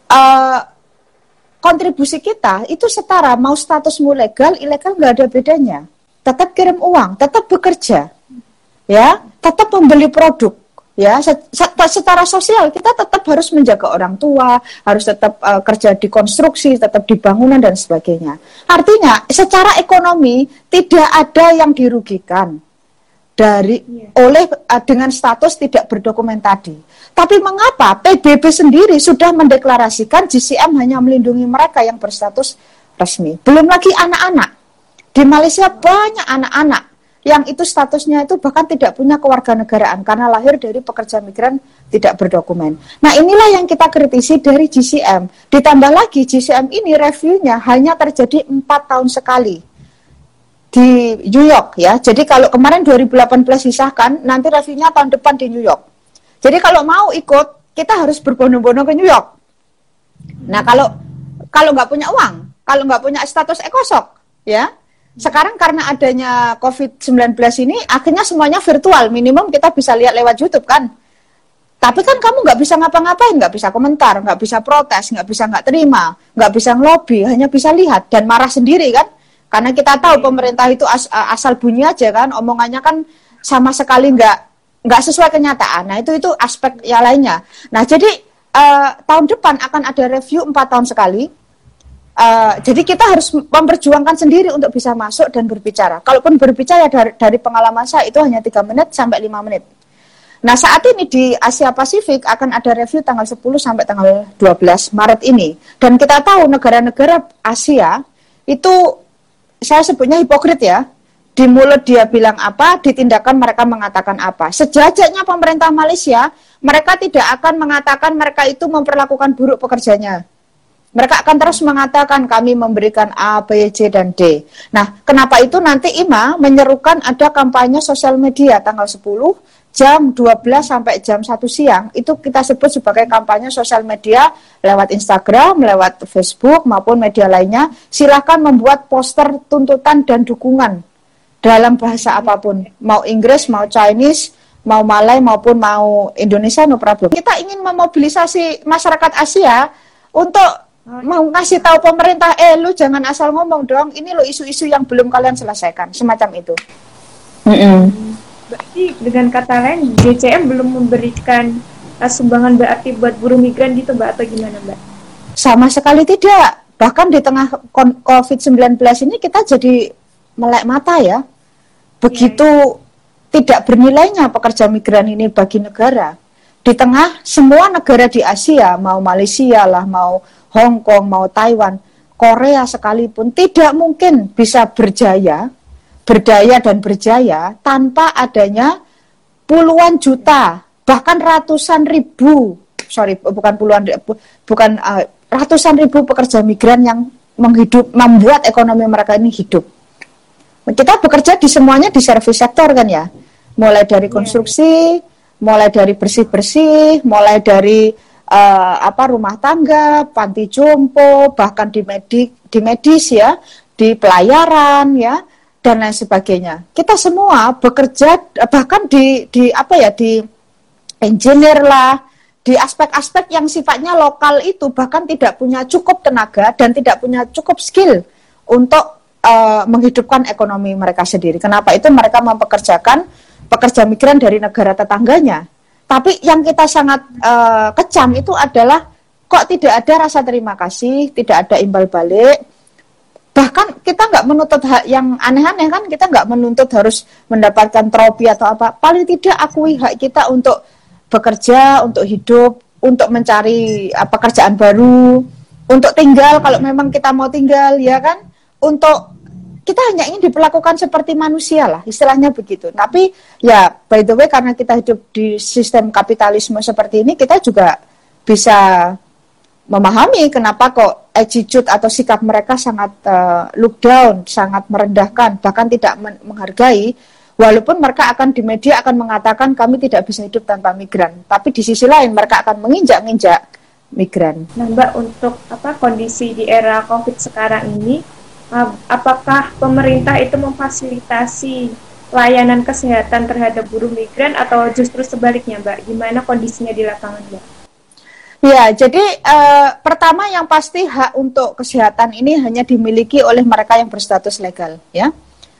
kontribusi kita itu setara, mau statusmu legal, ilegal nggak ada bedanya. Tetap kirim uang, tetap bekerja, ya, tetap membeli produk. Ya, secara sosial kita tetap harus menjaga orang tua, harus tetap kerja di konstruksi, tetap di bangunan dan sebagainya. Artinya, secara ekonomi tidak ada yang dirugikan dengan status tidak berdokumen tadi. Tapi mengapa PBB sendiri sudah mendeklarasikan GCM hanya melindungi mereka yang berstatus resmi? Belum lagi anak-anak. Di Malaysia banyak anak-anak yang itu statusnya itu bahkan tidak punya kewarganegaraan karena lahir dari pekerja migran tidak berdokumen. Nah inilah yang kita kritisi dari GCM. Ditambah lagi GCM ini reviewnya hanya terjadi 4 tahun sekali di New York ya. Jadi kalau kemarin 2018 disahkan, nanti reviewnya tahun depan di New York. Jadi kalau mau ikut, kita harus berbondong-bondong ke New York. Nah kalau nggak punya uang, kalau nggak punya status ekosok, ya. Sekarang karena adanya COVID-19 ini, akhirnya semuanya virtual. Minimum kita bisa lihat lewat YouTube kan. Tapi kan kamu nggak bisa ngapa-ngapain, nggak bisa komentar, nggak bisa protes, nggak bisa nggak terima, nggak bisa ngelobi, hanya bisa lihat dan marah sendiri kan. Karena kita tahu pemerintah itu asal bunyi aja kan, omongannya kan sama sekali nggak sesuai kenyataan. Nah itu aspek yang lainnya. Nah jadi tahun depan akan ada review 4 tahun sekali. Jadi kita harus memperjuangkan sendiri untuk bisa masuk dan berbicara. Kalaupun berbicara dari pengalaman saya itu hanya 3 menit sampai 5 menit. Nah saat ini di Asia Pasifik akan ada review tanggal 10 sampai tanggal 12 Maret ini. Dan kita tahu negara-negara Asia itu saya sebutnya hipokrit ya. Di mulut dia bilang apa, di tindakan mereka mengatakan apa. Sejajarnya pemerintah Malaysia, mereka tidak akan mengatakan mereka itu memperlakukan buruk pekerjanya. Mereka akan terus mengatakan kami memberikan A, B, C, dan D. Nah, kenapa itu nanti IMA menyerukan ada kampanye sosial media tanggal 10, jam 12 sampai jam 1 siang itu kita sebut sebagai kampanye sosial media lewat Instagram, lewat Facebook maupun media lainnya. Silakan membuat poster tuntutan dan dukungan dalam bahasa apapun, mau Inggris, mau Chinese, mau Malay maupun mau Indonesia, no problem. Kita ingin memobilisasi masyarakat Asia untuk mau ngasih tahu pemerintah, lu jangan asal ngomong dong, ini lo isu-isu yang belum kalian selesaikan, semacam itu. Berarti dengan kata lain GCM belum memberikan sumbangan berarti buat buruh migran gitu Mbak, atau gimana Mbak? Sama sekali tidak. Bahkan di tengah COVID-19 ini kita jadi melek mata ya. Begitu tidak bernilainya pekerja migran ini bagi negara. Di tengah semua negara di Asia, mau Malaysia lah, mau Hong Kong, mau Taiwan, Korea sekalipun tidak mungkin bisa berdaya dan berjaya tanpa adanya puluhan juta, bahkan ratusan ribu, ratusan ribu pekerja migran yang membuat ekonomi mereka ini hidup. Kita bekerja di semuanya di service sektor kan ya, mulai dari konstruksi, mulai dari bersih-bersih, mulai dari rumah tangga, panti jompo, bahkan di medis ya, di pelayaran ya, dan lain sebagainya. Kita semua bekerja bahkan di engineer lah, di aspek-aspek yang sifatnya lokal itu bahkan tidak punya cukup tenaga dan tidak punya cukup skill untuk menghidupkan ekonomi mereka sendiri. Kenapa itu mereka mempekerjakan pekerja migran dari negara tetangganya. Tapi yang kita sangat kecam itu adalah kok tidak ada rasa terima kasih, tidak ada imbal balik. Bahkan kita nggak menuntut hak yang aneh-aneh kan, kita nggak menuntut harus mendapatkan trofi atau apa. Paling tidak akui hak kita untuk bekerja, untuk hidup, untuk mencari pekerjaan baru, untuk tinggal kalau memang kita mau tinggal, ya kan? Untuk kita hanya ingin diperlakukan seperti manusia lah, istilahnya begitu. Tapi ya by the way karena kita hidup di sistem kapitalisme seperti ini, kita juga bisa memahami kenapa kok attitude atau sikap mereka sangat look down, sangat merendahkan, bahkan tidak menghargai, walaupun mereka akan di media akan mengatakan kami tidak bisa hidup tanpa migran, tapi di sisi lain mereka akan menginjak-injak migran. Nah Mbak, untuk kondisi di era COVID sekarang ini, apakah pemerintah itu memfasilitasi layanan kesehatan terhadap buruh migran atau justru sebaliknya Mbak? Gimana kondisinya di lapangan Mbak? Ya, jadi pertama yang pasti hak untuk kesehatan ini hanya dimiliki oleh mereka yang berstatus legal, ya,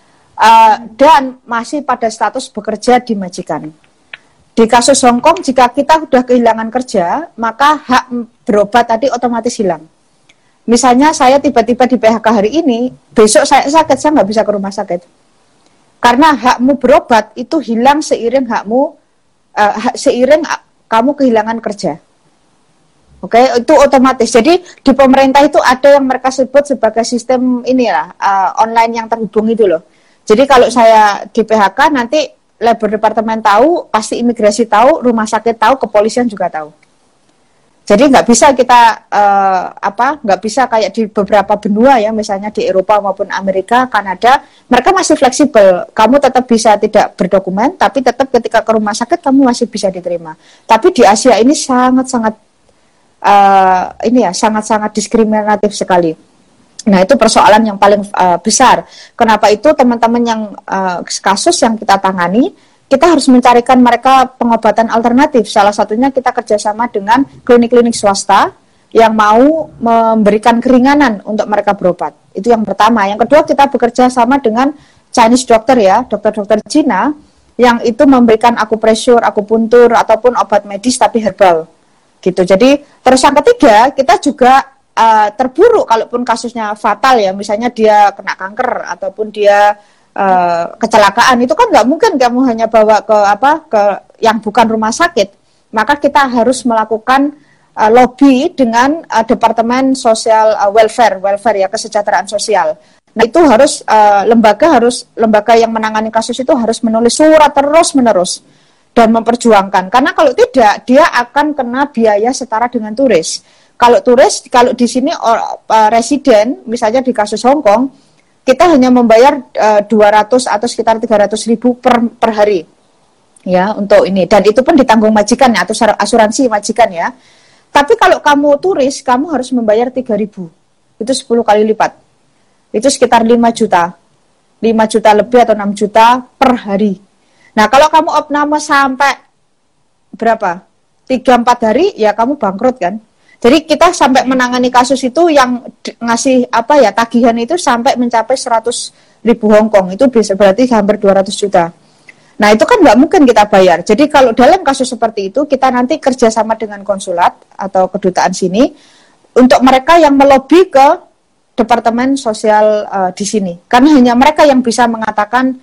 dan masih pada status bekerja di majikan. Di kasus Hong Kong, jika kita sudah kehilangan kerja, maka hak berobat tadi otomatis hilang. Misalnya saya tiba-tiba di PHK hari ini, besok saya sakit, saya nggak bisa ke rumah sakit. Karena hakmu berobat itu hilang seiring kamu kehilangan kerja. Oke, itu otomatis. Jadi di pemerintah itu ada yang mereka sebut sebagai sistem online yang terhubung itu loh. Jadi kalau saya di PHK nanti labor departemen tahu, pasti imigrasi tahu, rumah sakit tahu, kepolisian juga tahu. Jadi nggak bisa kita nggak bisa kayak di beberapa benua ya, misalnya di Eropa maupun Amerika, Kanada, mereka masih fleksibel. Kamu tetap bisa tidak berdokumen, tapi tetap ketika ke rumah sakit kamu masih bisa diterima. Tapi di Asia ini sangat-sangat sangat-sangat diskriminatif sekali. Nah itu persoalan yang paling besar. Kenapa itu teman-teman yang kasus yang kita tangani, kita harus mencarikan mereka pengobatan alternatif. Salah satunya kita kerjasama dengan klinik-klinik swasta yang mau memberikan keringanan untuk mereka berobat. Itu yang pertama. Yang kedua kita bekerja sama dengan Chinese dokter ya, dokter-dokter Cina yang itu memberikan akupresur, akupuntur ataupun obat medis tapi herbal. Gitu. Jadi terus yang ketiga kita juga terburuk kalaupun kasusnya fatal ya, misalnya dia kena kanker ataupun dia kecelakaan, itu kan nggak mungkin kamu hanya bawa ke yang bukan rumah sakit, maka kita harus melakukan lobby dengan departemen sosial welfare ya, kesejahteraan sosial. Nah itu harus lembaga yang menangani kasus itu harus menulis surat terus menerus dan memperjuangkan, karena kalau tidak dia akan kena biaya setara dengan turis. Kalau di sini residen, misalnya di kasus Hong Kong, kita hanya membayar 200 atau sekitar 300 ribu per hari. ya untuk ini, dan itu pun ditanggung majikan ya, atau asuransi majikan ya. Tapi kalau kamu turis, kamu harus membayar 3.000, itu 10 kali lipat, itu sekitar 5 juta, 5 juta lebih atau 6 juta per hari. Nah kalau kamu opname sampai berapa, 3-4 hari, ya kamu bangkrut kan. Jadi kita sampai menangani kasus itu yang ngasih tagihan itu sampai mencapai 100.000 Hongkong, itu bisa berarti hampir 200 juta. Nah itu kan nggak mungkin kita bayar. Jadi kalau dalam kasus seperti itu, kita nanti kerjasama dengan konsulat atau kedutaan sini untuk mereka yang melobi ke Departemen Sosial di sini. Karena hanya mereka yang bisa mengatakan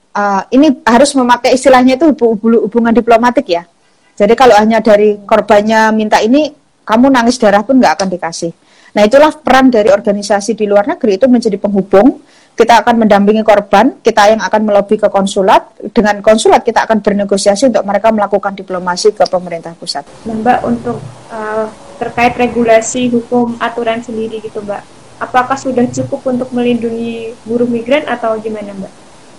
ini harus memakai istilahnya itu hubungan diplomatik ya. Jadi kalau hanya dari korbannya minta ini, kamu nangis darah pun nggak akan dikasih. Nah itulah peran dari organisasi di luar negeri, itu menjadi penghubung. Kita akan mendampingi korban, kita yang akan melobi ke konsulat. Dengan konsulat kita akan bernegosiasi untuk mereka melakukan diplomasi ke pemerintah pusat. Nah, Mbak, untuk terkait regulasi hukum aturan sendiri gitu, Mbak, apakah sudah cukup untuk melindungi buruh migran atau gimana, Mbak?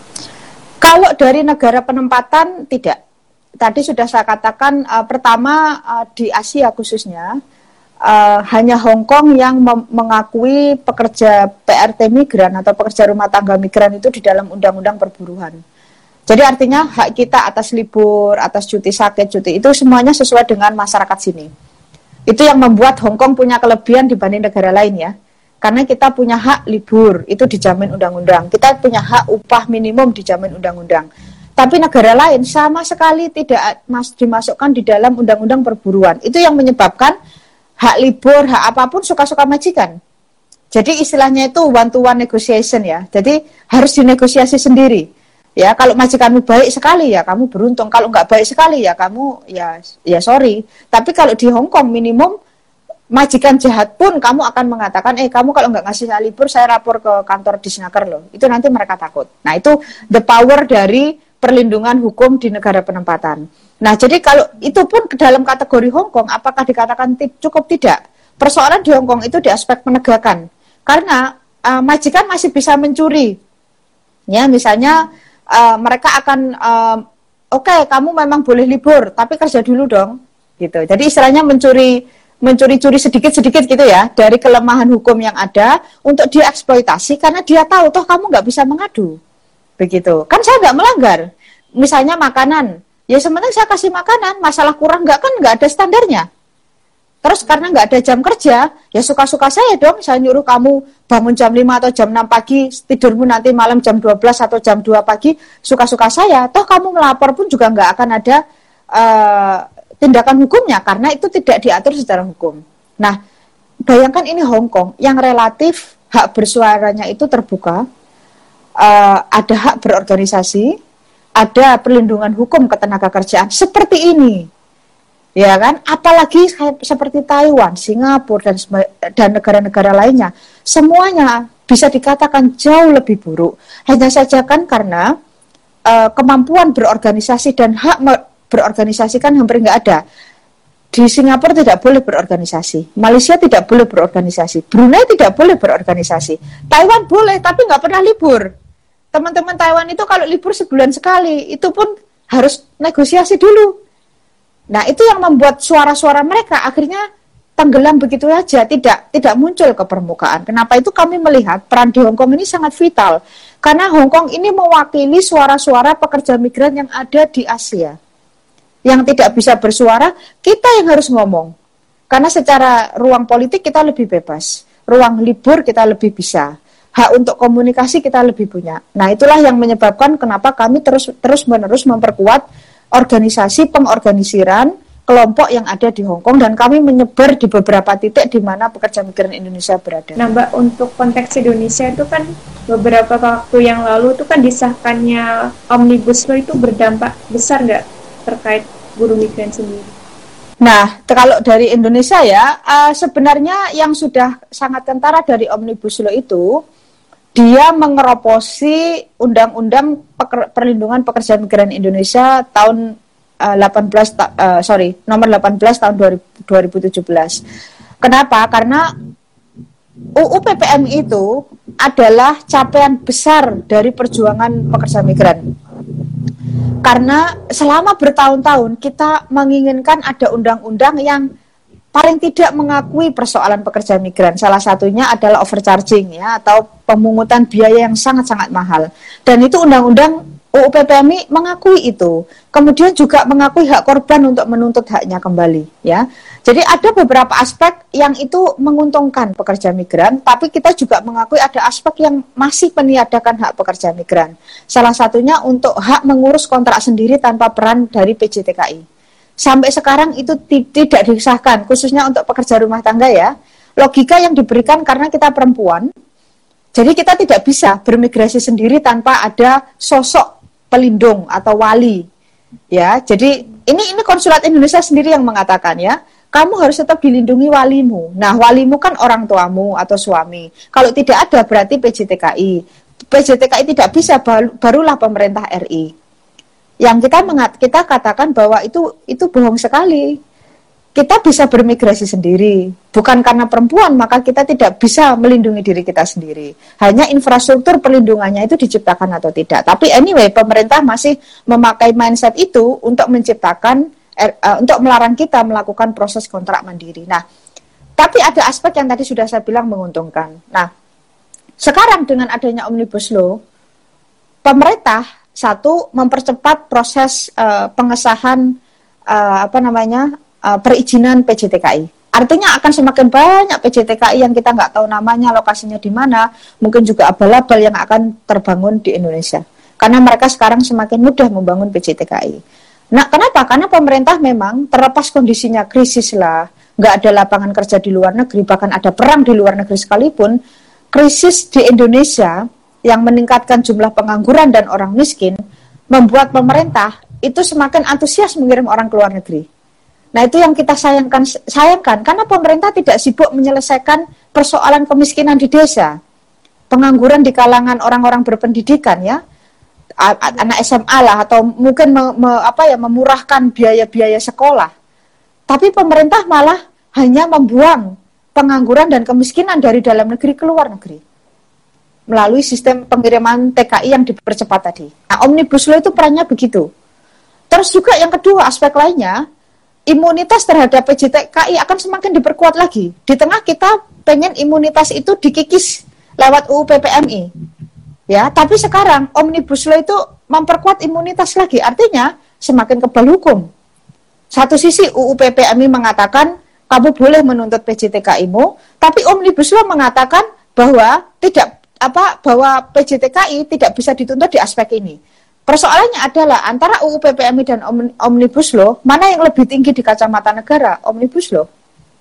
Kalau dari negara penempatan tidak. Tadi sudah saya katakan, pertama di Asia khususnya, hanya Hong Kong yang mengakui pekerja PRT migran atau pekerja rumah tangga migran itu di dalam undang-undang perburuhan. Jadi artinya hak kita atas libur, atas cuti sakit, cuti itu semuanya sesuai dengan masyarakat sini. Itu yang membuat Hong Kong punya kelebihan dibanding negara lain ya. Karena kita punya hak libur, itu dijamin undang-undang. Kita punya hak upah minimum dijamin undang-undang. Tapi negara lain sama sekali tidak dimasukkan di dalam undang-undang perburuan. Itu yang menyebabkan hak libur, hak apapun suka-suka majikan. Jadi istilahnya itu one-to-one negotiation ya. Jadi harus dinegosiasi sendiri. Ya, kalau majikanmu baik sekali ya kamu beruntung. Kalau nggak baik sekali ya kamu ya sorry. Tapi kalau di Hong Kong minimum majikan jahat pun kamu akan mengatakan, kamu kalau nggak ngasih saya libur, saya rapor ke kantor Disnaker loh. Itu nanti mereka takut. Nah itu the power dari perlindungan hukum di negara penempatan. Nah, jadi kalau itu pun ke dalam kategori Hong Kong, apakah dikatakan cukup tidak? Persoalan di Hong Kong itu di aspek penegakan. Karena majikan masih bisa mencuri. Ya, misalnya mereka akan, oke, kamu memang boleh libur, tapi kerja dulu dong. Gitu. Jadi istilahnya mencuri-curi sedikit-sedikit gitu ya, dari kelemahan hukum yang ada untuk dieksploitasi, karena dia tahu, toh kamu nggak bisa mengadu. Begitu. Kan saya nggak melanggar. Misalnya makanan. Ya sebenarnya saya kasih makanan, masalah kurang nggak kan nggak ada standarnya. Terus karena nggak ada jam kerja, ya suka-suka saya dong, saya nyuruh kamu bangun jam 5 atau jam 6 pagi, tidurmu nanti malam jam 12 atau jam 2 pagi, suka-suka saya. Toh kamu melapor pun juga nggak akan ada tindakan hukumnya, karena itu tidak diatur secara hukum. Nah, bayangkan ini Hong Kong, yang relatif hak bersuaranya itu terbuka, ada hak berorganisasi, ada perlindungan hukum ketenaga kerjaan seperti ini, ya kan? Apalagi seperti Taiwan, Singapura dan negara-negara lainnya, semuanya bisa dikatakan jauh lebih buruk. Hanya saja kan karena kemampuan berorganisasi dan hak berorganisasi kan hampir nggak ada. Di Singapura tidak boleh berorganisasi, Malaysia tidak boleh berorganisasi, Brunei tidak boleh berorganisasi, Taiwan boleh tapi nggak pernah libur. Teman-teman Taiwan itu kalau libur sebulan sekali, itu pun harus negosiasi dulu. Nah, itu yang membuat suara-suara mereka akhirnya tenggelam begitu saja, tidak muncul ke permukaan. Kenapa itu kami melihat peran di Hong Kong ini sangat vital. Karena Hong Kong ini mewakili suara-suara pekerja migran yang ada di Asia. Yang tidak bisa bersuara, kita yang harus ngomong. Karena secara ruang politik kita lebih bebas. Ruang libur kita lebih bisa. Hak untuk komunikasi kita lebih punya. Nah, itulah yang menyebabkan kenapa kami terus-menerus memperkuat organisasi pengorganisiran kelompok yang ada di Hong Kong, dan kami menyebar di beberapa titik di mana pekerja migran Indonesia berada. Nah, Mbak, untuk konteks Indonesia itu kan beberapa waktu yang lalu itu kan disahkannya Omnibus Law itu berdampak besar nggak terkait buruh migran sendiri? Nah, kalau dari Indonesia ya, sebenarnya yang sudah sangat kentara dari Omnibus Law itu, dia mengeroposi Undang-Undang Perlindungan Pekerja Migran Indonesia tahun nomor 18 tahun 2017. Kenapa? Karena UU PPM itu adalah capaian besar dari perjuangan pekerja migran. Karena selama bertahun-tahun kita menginginkan ada undang-undang yang paling tidak mengakui persoalan pekerja migran. Salah satunya adalah overcharging ya, atau pemungutan biaya yang sangat-sangat mahal. Dan itu undang-undang UU PPMI mengakui itu. Kemudian juga mengakui hak korban untuk menuntut haknya kembali ya. Jadi ada beberapa aspek yang itu menguntungkan pekerja migran, tapi kita juga mengakui ada aspek yang masih meniadakan hak pekerja migran. Salah satunya untuk hak mengurus kontrak sendiri tanpa peran dari PJTKI. Sampai sekarang itu tidak disahkan, khususnya untuk pekerja rumah tangga ya. Logika yang diberikan karena kita perempuan, jadi kita tidak bisa bermigrasi sendiri tanpa ada sosok pelindung atau wali. Ya, jadi ini konsulat Indonesia sendiri yang mengatakan ya, kamu harus tetap dilindungi walimu. Nah, walimu kan orang tuamu atau suami. Kalau tidak ada berarti PJTKI. PJTKI tidak bisa, barulah pemerintah RI. Yang kita katakan bahwa itu bohong sekali. Kita bisa bermigrasi sendiri, bukan karena perempuan maka kita tidak bisa melindungi diri kita sendiri. Hanya infrastruktur perlindungannya itu diciptakan atau tidak. Tapi anyway, pemerintah masih memakai mindset itu untuk menciptakan, untuk melarang kita melakukan proses kontrak mandiri. Nah, tapi ada aspek yang tadi sudah saya bilang menguntungkan. Nah, sekarang dengan adanya Omnibus Law, pemerintah satu, mempercepat proses pengesahan perizinan PJTKI. Artinya akan semakin banyak PJTKI yang kita nggak tahu namanya, lokasinya di mana, mungkin juga abal-abal yang akan terbangun di Indonesia. Karena mereka sekarang semakin mudah membangun PJTKI. Nah, kenapa? Karena pemerintah memang terlepas kondisinya krisis lah, nggak ada lapangan kerja di luar negeri, bahkan ada perang di luar negeri sekalipun, krisis di Indonesia yang meningkatkan jumlah pengangguran dan orang miskin, membuat pemerintah itu semakin antusias mengirim orang ke luar negeri. Nah, itu yang kita sayangkan karena pemerintah tidak sibuk menyelesaikan persoalan kemiskinan di desa, pengangguran di kalangan orang-orang berpendidikan ya, anak SMA lah, atau mungkin memurahkan biaya-biaya sekolah. Tapi pemerintah malah hanya membuang pengangguran dan kemiskinan dari dalam negeri ke luar negeri melalui sistem pengiriman TKI yang dipercepat tadi. Nah, Omnibus Law itu perannya begitu. Terus juga yang kedua, aspek lainnya, imunitas terhadap PJTKI akan semakin diperkuat lagi. Di tengah kita pengen imunitas itu dikikis lewat UU PPMI. Ya, tapi sekarang Omnibus Law itu memperkuat imunitas lagi. Artinya semakin kebal hukum. Satu sisi UU PPMI mengatakan kamu boleh menuntut PJTKI-mu, tapi Omnibus Law mengatakan bahwa bahwa PJTKI tidak bisa dituntut di aspek ini. Persoalannya adalah antara UU PPMI dan Omnibus Law, mana yang lebih tinggi di kacamata negara? Omnibus Law.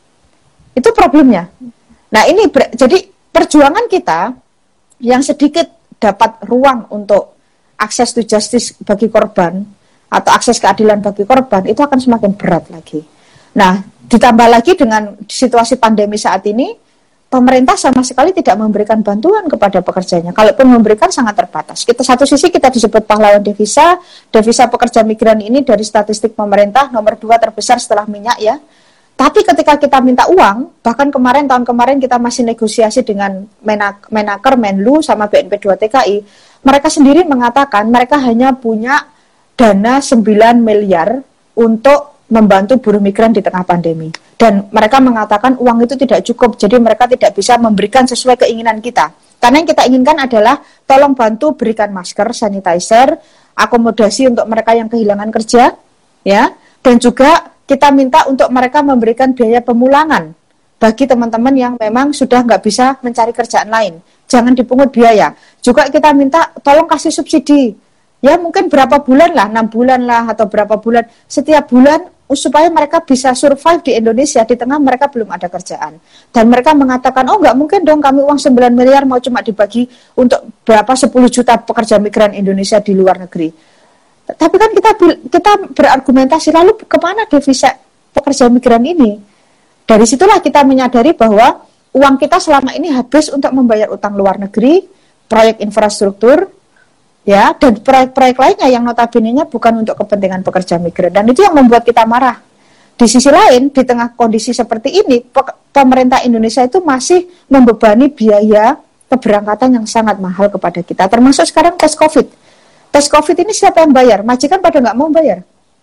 Itu problemnya. Nah, ini jadi perjuangan kita yang sedikit dapat ruang untuk akses to justice bagi korban atau akses keadilan bagi korban itu akan semakin berat lagi. Nah, ditambah lagi dengan situasi pandemi saat ini, pemerintah sama sekali tidak memberikan bantuan kepada pekerjanya. Kalaupun memberikan sangat terbatas. Satu sisi kita disebut pahlawan devisa pekerja migran ini dari statistik pemerintah nomor 2 terbesar setelah minyak ya. Tapi ketika kita minta uang, bahkan tahun kemarin kita masih negosiasi dengan Menaker, Menlu sama BNP 2 TKI, mereka sendiri mengatakan mereka hanya punya dana 9 miliar untuk membantu buruh migran di tengah pandemi. Dan mereka mengatakan uang itu tidak cukup, jadi mereka tidak bisa memberikan sesuai keinginan kita. Karena yang kita inginkan adalah tolong bantu berikan masker, sanitizer, akomodasi untuk mereka yang kehilangan kerja, ya, dan juga kita minta untuk mereka memberikan biaya pemulangan bagi teman-teman yang memang sudah nggak bisa mencari kerjaan lain. Jangan dipungut biaya. Juga kita minta tolong kasih subsidi. Ya mungkin berapa bulan lah, 6 bulan lah, atau berapa bulan, setiap bulan, supaya mereka bisa survive di Indonesia di tengah mereka belum ada kerjaan. Dan mereka mengatakan, oh nggak mungkin dong kami uang 9 miliar mau cuma dibagi untuk berapa 10 juta pekerja migran Indonesia di luar negeri. Tapi kan kita berargumentasi, lalu kemana devisa pekerja migran ini? Dari situlah kita menyadari bahwa uang kita selama ini habis untuk membayar utang luar negeri, proyek infrastruktur, ya, dan proyek-proyek lainnya yang notabene-nya bukan untuk kepentingan pekerja migran. Dan itu yang membuat kita marah. Di sisi lain, di tengah kondisi seperti ini, pemerintah Indonesia itu masih membebani biaya keberangkatan yang sangat mahal kepada kita. Termasuk sekarang tes COVID. tes COVID ini siapa yang bayar? Majikan pada nggak mau bayar.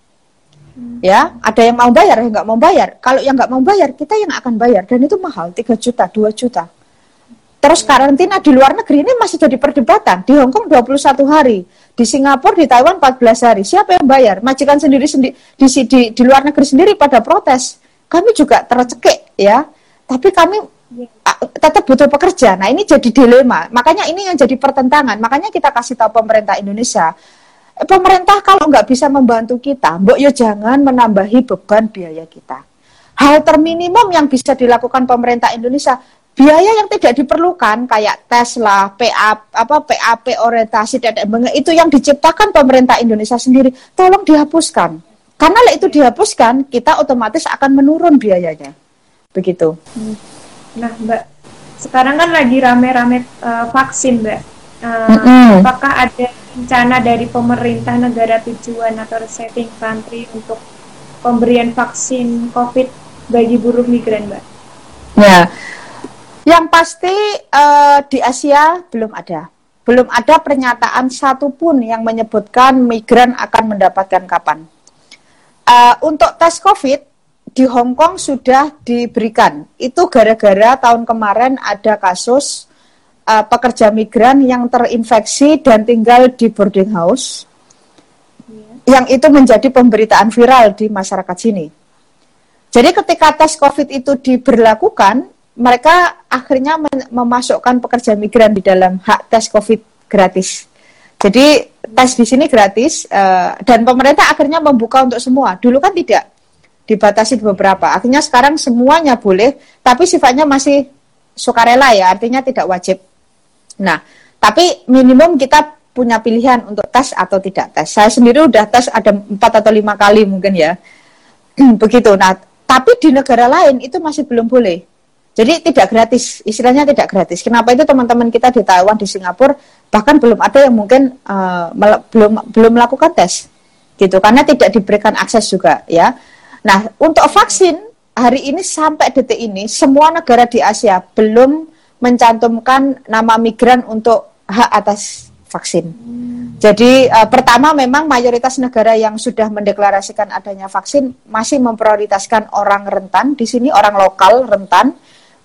Ya, ada yang mau bayar, yang nggak mau bayar. Kalau yang nggak mau bayar, kita yang akan bayar. Dan itu mahal, 3 juta, 2 juta. Terus karantina di luar negeri ini masih jadi perdebatan. Di Hong Kong 21 hari, di Singapura, di Taiwan 14 hari. Siapa yang bayar? Majikan sendiri di luar negeri sendiri pada protes. Kami juga tercekik ya. Tapi kami tetap butuh pekerja. Nah, ini jadi dilema. Makanya ini yang jadi pertentangan. Makanya kita kasih tahu pemerintah Indonesia. Pemerintah kalau nggak bisa membantu kita, mbok yo jangan menambahi beban biaya kita. Hal terminimum yang bisa dilakukan pemerintah Indonesia, biaya yang tidak diperlukan kayak tes lah, PAP orientasi itu yang diciptakan pemerintah Indonesia sendiri, tolong dihapuskan. Karena itu dihapuskan, kita otomatis akan menurun biayanya. Begitu. Nah, Mbak, sekarang kan lagi rame-rame vaksin, Mbak. Apakah ada rencana dari pemerintah negara tujuan atau receiving country untuk pemberian vaksin COVID bagi buruh migran, Mbak? Ya. Yang pasti di Asia belum ada. Belum ada pernyataan satupun yang menyebutkan migran akan mendapatkan kapan. Untuk tes COVID, di Hong Kong sudah diberikan. Itu gara-gara tahun kemarin ada kasus pekerja migran yang terinfeksi dan tinggal di boarding house. Yang itu menjadi pemberitaan viral di masyarakat sini. Jadi ketika tes COVID itu diberlakukan, mereka akhirnya memasukkan pekerja migran di dalam hak tes COVID gratis. Jadi tes di sini gratis dan pemerintah akhirnya membuka untuk semua. Dulu kan tidak, dibatasi beberapa. Akhirnya sekarang semuanya boleh, tapi sifatnya masih sukarela ya, artinya tidak wajib. Nah, tapi minimum kita punya pilihan untuk tes atau tidak tes. Saya sendiri udah tes ada 4 atau 5 kali mungkin ya. Begitu. Nah, tapi di negara lain itu masih belum boleh. Jadi tidak gratis, istilahnya tidak gratis. Kenapa itu teman-teman kita di Taiwan, di Singapura, bahkan belum ada yang mungkin belum melakukan tes, gitu, karena tidak diberikan akses juga, ya. Nah, untuk vaksin hari ini sampai detik ini semua negara di Asia belum mencantumkan nama migran untuk hak atas vaksin. Jadi pertama memang mayoritas negara yang sudah mendeklarasikan adanya vaksin masih memprioritaskan orang rentan di sini, orang lokal rentan.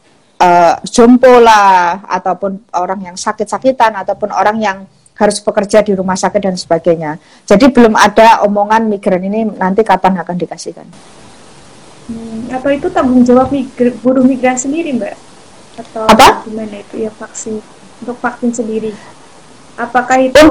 Jompo lah, ataupun orang yang sakit-sakitan, ataupun orang yang harus bekerja di rumah sakit dan sebagainya. Jadi belum ada omongan migran ini nanti kapan akan dikasihkan. Atau itu tanggung jawab buruh migran sendiri, Mbak? Atau apa? Gimana itu ya vaksin, untuk vaksin sendiri? Apakah itu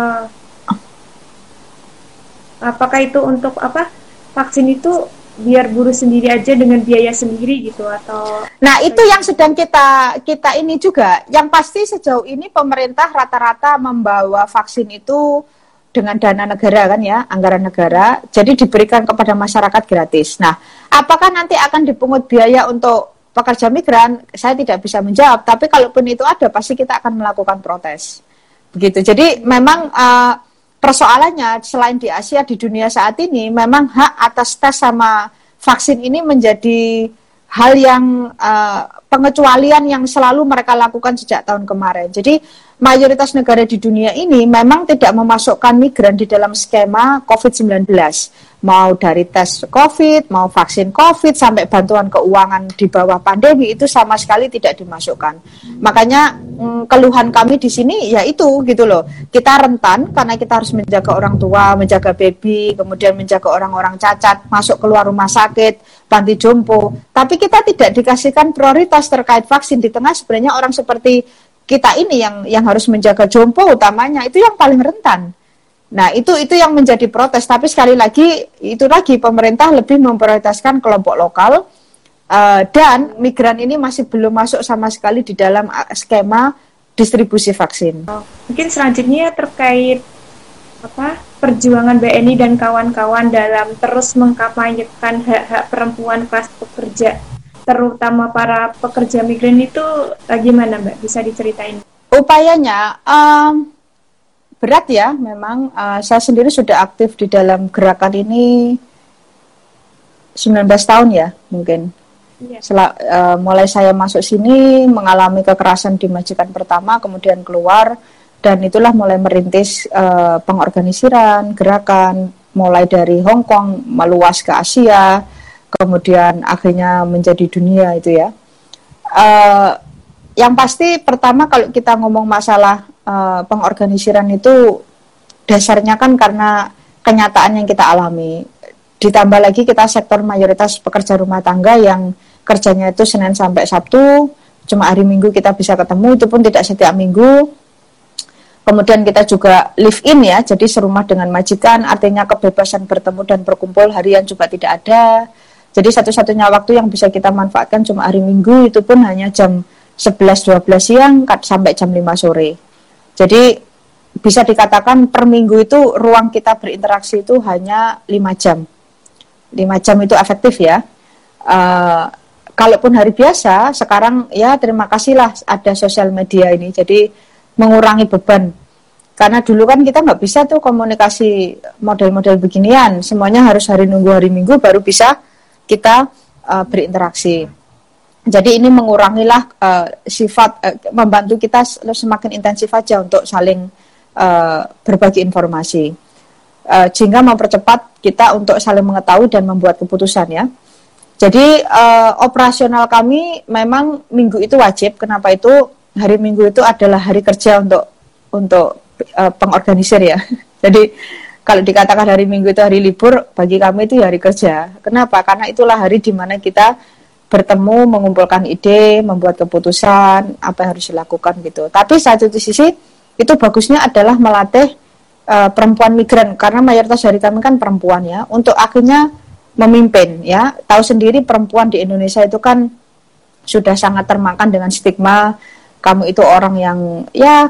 untuk apa? Vaksin itu biar buruh sendiri aja dengan biaya sendiri gitu atau? Nah itu yang sedang kita ini juga. Yang pasti sejauh ini pemerintah rata-rata membawa vaksin itu dengan dana negara kan ya, anggaran negara. Jadi diberikan kepada masyarakat gratis. Nah, apakah nanti akan dipungut biaya untuk pekerja migran? Saya tidak bisa menjawab. Tapi kalaupun itu ada, pasti kita akan melakukan protes. Begitu. Jadi memang persoalannya selain di Asia, di dunia saat ini memang hak atas tes sama vaksin ini menjadi hal yang pengecualian yang selalu mereka lakukan sejak tahun kemarin. Jadi mayoritas negara di dunia ini memang tidak memasukkan migran di dalam skema COVID-19. Mau dari tes COVID, mau vaksin COVID, sampai bantuan keuangan di bawah pandemi itu sama sekali tidak dimasukkan. Makanya keluhan kami di sini ya itu gitu loh. Kita rentan karena kita harus menjaga orang tua, menjaga baby, kemudian menjaga orang-orang cacat, masuk keluar rumah sakit, panti jompo. Tapi kita tidak dikasihkan prioritas terkait vaksin di tengah sebenarnya orang seperti kita ini yang harus menjaga jompo utamanya itu yang paling rentan. Nah itu yang menjadi protes. Tapi sekali lagi itu lagi pemerintah lebih memprioritaskan kelompok lokal dan migran ini masih belum masuk sama sekali di dalam skema distribusi vaksin. Mungkin selanjutnya terkait perjuangan BNI dan kawan-kawan dalam terus mengkampanyekan hak-hak perempuan kelas pekerja, terutama para pekerja migran itu gimana Mbak? Bisa diceritain? Upayanya berat ya memang. Saya sendiri sudah aktif di dalam gerakan ini 19 tahun ya mungkin. Mulai saya masuk sini mengalami kekerasan di majikan pertama, kemudian keluar dan itulah mulai merintis pengorganisiran, gerakan, mulai dari Hong Kong meluas ke Asia, kemudian akhirnya menjadi dunia itu ya. Yang pasti pertama kalau kita ngomong masalah pengorganisiran itu dasarnya kan karena kenyataan yang kita alami. Ditambah lagi kita sektor mayoritas pekerja rumah tangga yang kerjanya itu Senin sampai Sabtu, cuma hari Minggu kita bisa ketemu, itu pun tidak setiap minggu. Kemudian kita juga live in ya, jadi serumah dengan majikan, artinya kebebasan bertemu dan berkumpul harian juga tidak ada. Jadi satu-satunya waktu yang bisa kita manfaatkan cuma hari Minggu, itu pun hanya jam 11-12 siang sampai jam 5 sore. Jadi bisa dikatakan per minggu itu ruang kita berinteraksi itu hanya 5 jam. 5 jam itu efektif ya. Kalaupun hari biasa, sekarang ya terima kasihlah ada sosial media ini, jadi mengurangi beban. Karena dulu kan kita nggak bisa tuh komunikasi model-model beginian, semuanya harus hari Minggu baru bisa kita berinteraksi. Jadi ini mengurangilah membantu kita semakin intensif aja untuk saling berbagi informasi, sehingga mempercepat kita untuk saling mengetahui dan membuat keputusan ya. Jadi operasional kami memang minggu itu wajib. Kenapa itu? Hari Minggu itu adalah hari kerja untuk pengorganisir ya. Jadi kalau dikatakan hari Minggu itu hari libur, bagi kami itu hari kerja. Kenapa? Karena itulah hari di mana kita bertemu, mengumpulkan ide, membuat keputusan, apa yang harus dilakukan gitu. Tapi satu sisi itu bagusnya adalah melatih perempuan migran, karena mayoritas dari kami kan perempuan ya, untuk akhirnya memimpin ya. Tahu sendiri perempuan di Indonesia itu kan sudah sangat termakan dengan stigma, kamu itu orang yang ya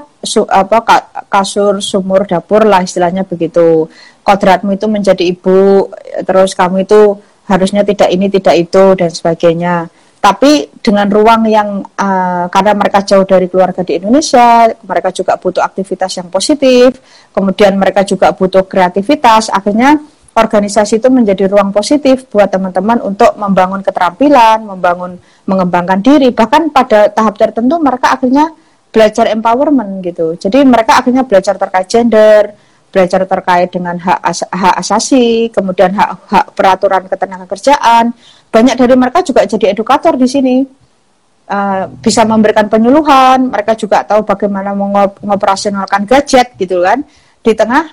kasur, sumur, dapur lah istilahnya begitu. Kodratmu itu menjadi ibu, terus kamu itu harusnya tidak ini, tidak itu dan sebagainya. Tapi dengan ruang yang karena mereka jauh dari keluarga di Indonesia, mereka juga butuh aktivitas yang positif, kemudian mereka juga butuh kreativitas, akhirnya organisasi itu menjadi ruang positif buat teman-teman untuk membangun keterampilan, mengembangkan diri, bahkan pada tahap tertentu mereka akhirnya belajar empowerment gitu. Jadi mereka akhirnya belajar terkait gender, belajar terkait dengan hak asasi, kemudian hak peraturan ketenagakerjaan. Banyak dari mereka juga jadi edukator di sini, bisa memberikan penyuluhan. Mereka juga tahu bagaimana mengoperasionalkan gadget gitu kan di tengah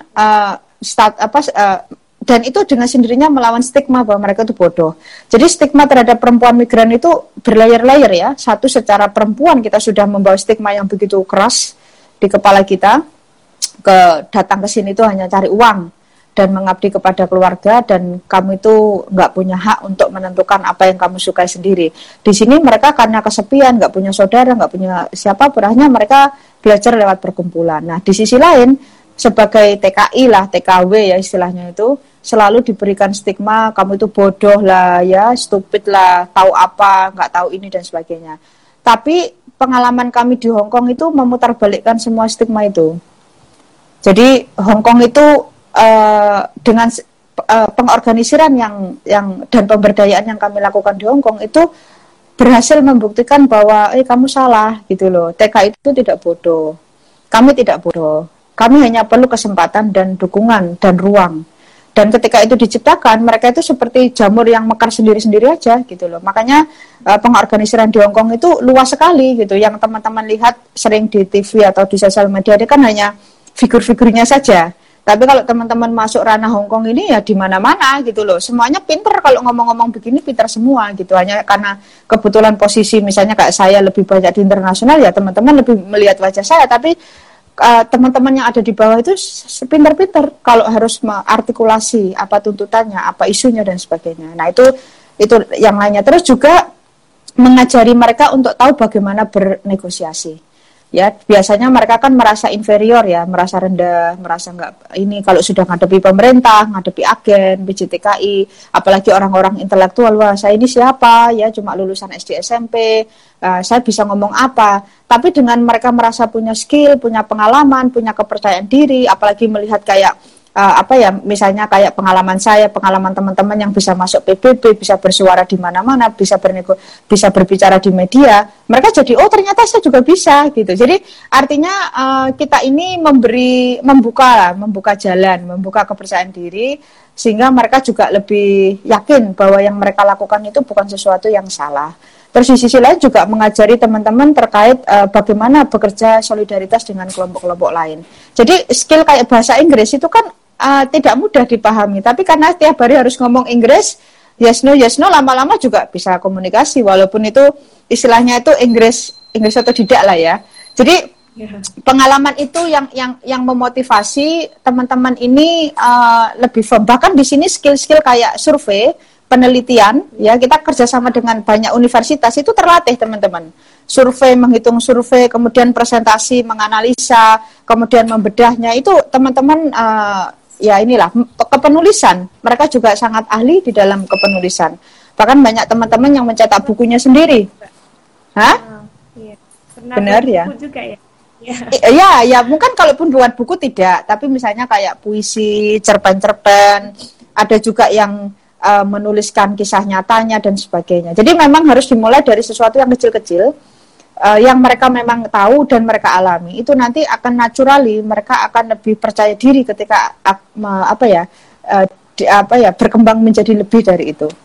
dan itu dengan sendirinya melawan stigma bahwa mereka itu bodoh. Jadi stigma terhadap perempuan migran itu berlayer-layer ya. Satu, secara perempuan kita sudah membawa stigma yang begitu keras di kepala kita. Datang ke sini itu hanya cari uang dan mengabdi kepada keluarga, dan kamu itu nggak punya hak untuk menentukan apa yang kamu sukai sendiri. Di sini mereka karena kesepian, nggak punya saudara, nggak punya siapa, akhirnya mereka belajar lewat perkumpulan. Nah, di sisi lain sebagai TKI lah, TKW ya istilahnya itu, selalu diberikan stigma, kamu itu bodoh lah ya, stupid lah, tahu apa, nggak tahu ini dan sebagainya. Tapi pengalaman kami di Hong Kong itu memutarbalikkan semua stigma itu. Jadi Hong Kong itu dengan pengorganisiran yang dan pemberdayaan yang kami lakukan di Hong Kong itu berhasil membuktikan bahwa kamu salah gitu loh. TKI itu tidak bodoh. Kami tidak bodoh. Kami hanya perlu kesempatan dan dukungan dan ruang. Dan ketika itu diciptakan, mereka itu seperti jamur yang mekar sendiri-sendiri aja gitu loh. Makanya pengorganisiran di Hong Kong itu luas sekali gitu. Yang teman-teman lihat sering di TV atau di sosial media itu kan hanya figur-figurnya saja. Tapi kalau teman-teman masuk ranah Hong Kong ini ya di mana-mana gitu loh. Semuanya pinter, kalau ngomong-ngomong begini pinter semua gitu. Hanya karena kebetulan posisi misalnya kayak saya lebih banyak di internasional ya teman-teman lebih melihat wajah saya. Tapi teman-teman yang ada di bawah itu pinter-pinter kalau harus mengartikulasi apa tuntutannya, apa isunya dan sebagainya. Nah itu yang lainnya. Terus juga mengajari mereka untuk tahu bagaimana bernegosiasi. Ya, biasanya mereka kan merasa inferior ya, merasa rendah, merasa enggak ini kalau sudah ngadepi pemerintah, ngadepi agen, BJTKI, apalagi orang-orang intelektual, wah saya ini siapa ya, cuma lulusan SD SMP, saya bisa ngomong apa. Tapi dengan mereka merasa punya skill, punya pengalaman, punya kepercayaan diri, apalagi melihat kayak misalnya kayak pengalaman saya, pengalaman teman-teman yang bisa masuk PBB, bisa bersuara di mana-mana, bisa berbicara di media, mereka jadi ternyata saya juga bisa gitu. Jadi artinya kita ini membuka jalan, membuka kepercayaan diri, sehingga mereka juga lebih yakin bahwa yang mereka lakukan itu bukan sesuatu yang salah. Terus di sisi lain juga mengajari teman-teman terkait bagaimana bekerja solidaritas dengan kelompok-kelompok lain. Jadi skill kayak bahasa Inggris itu kan tidak mudah dipahami, tapi karena tiap hari harus ngomong Inggris, yes no, lama-lama juga bisa komunikasi, walaupun itu istilahnya itu Inggris otodidak lah ya. Jadi pengalaman itu yang memotivasi teman-teman ini lebih firm. Bahkan di sini skill-skill kayak survei, penelitian, ya kita kerjasama dengan banyak universitas itu terlatih teman-teman. Survei, menghitung survei, kemudian presentasi, menganalisa, kemudian membedahnya itu teman-teman. Ya inilah kepenulisan, mereka juga sangat ahli di dalam kepenulisan. Bahkan banyak teman-teman yang mencetak bukunya sendiri. Hah? Iya. Benar ya? Juga ya. Ya, mungkin kalaupun buat buku tidak, tapi misalnya kayak puisi, cerpen-cerpen, ada juga yang menuliskan kisah nyatanya dan sebagainya. Jadi memang harus dimulai dari sesuatu yang kecil-kecil. Yang mereka memang tahu dan mereka alami, itu nanti akan naturally mereka akan lebih percaya diri ketika berkembang menjadi lebih dari itu.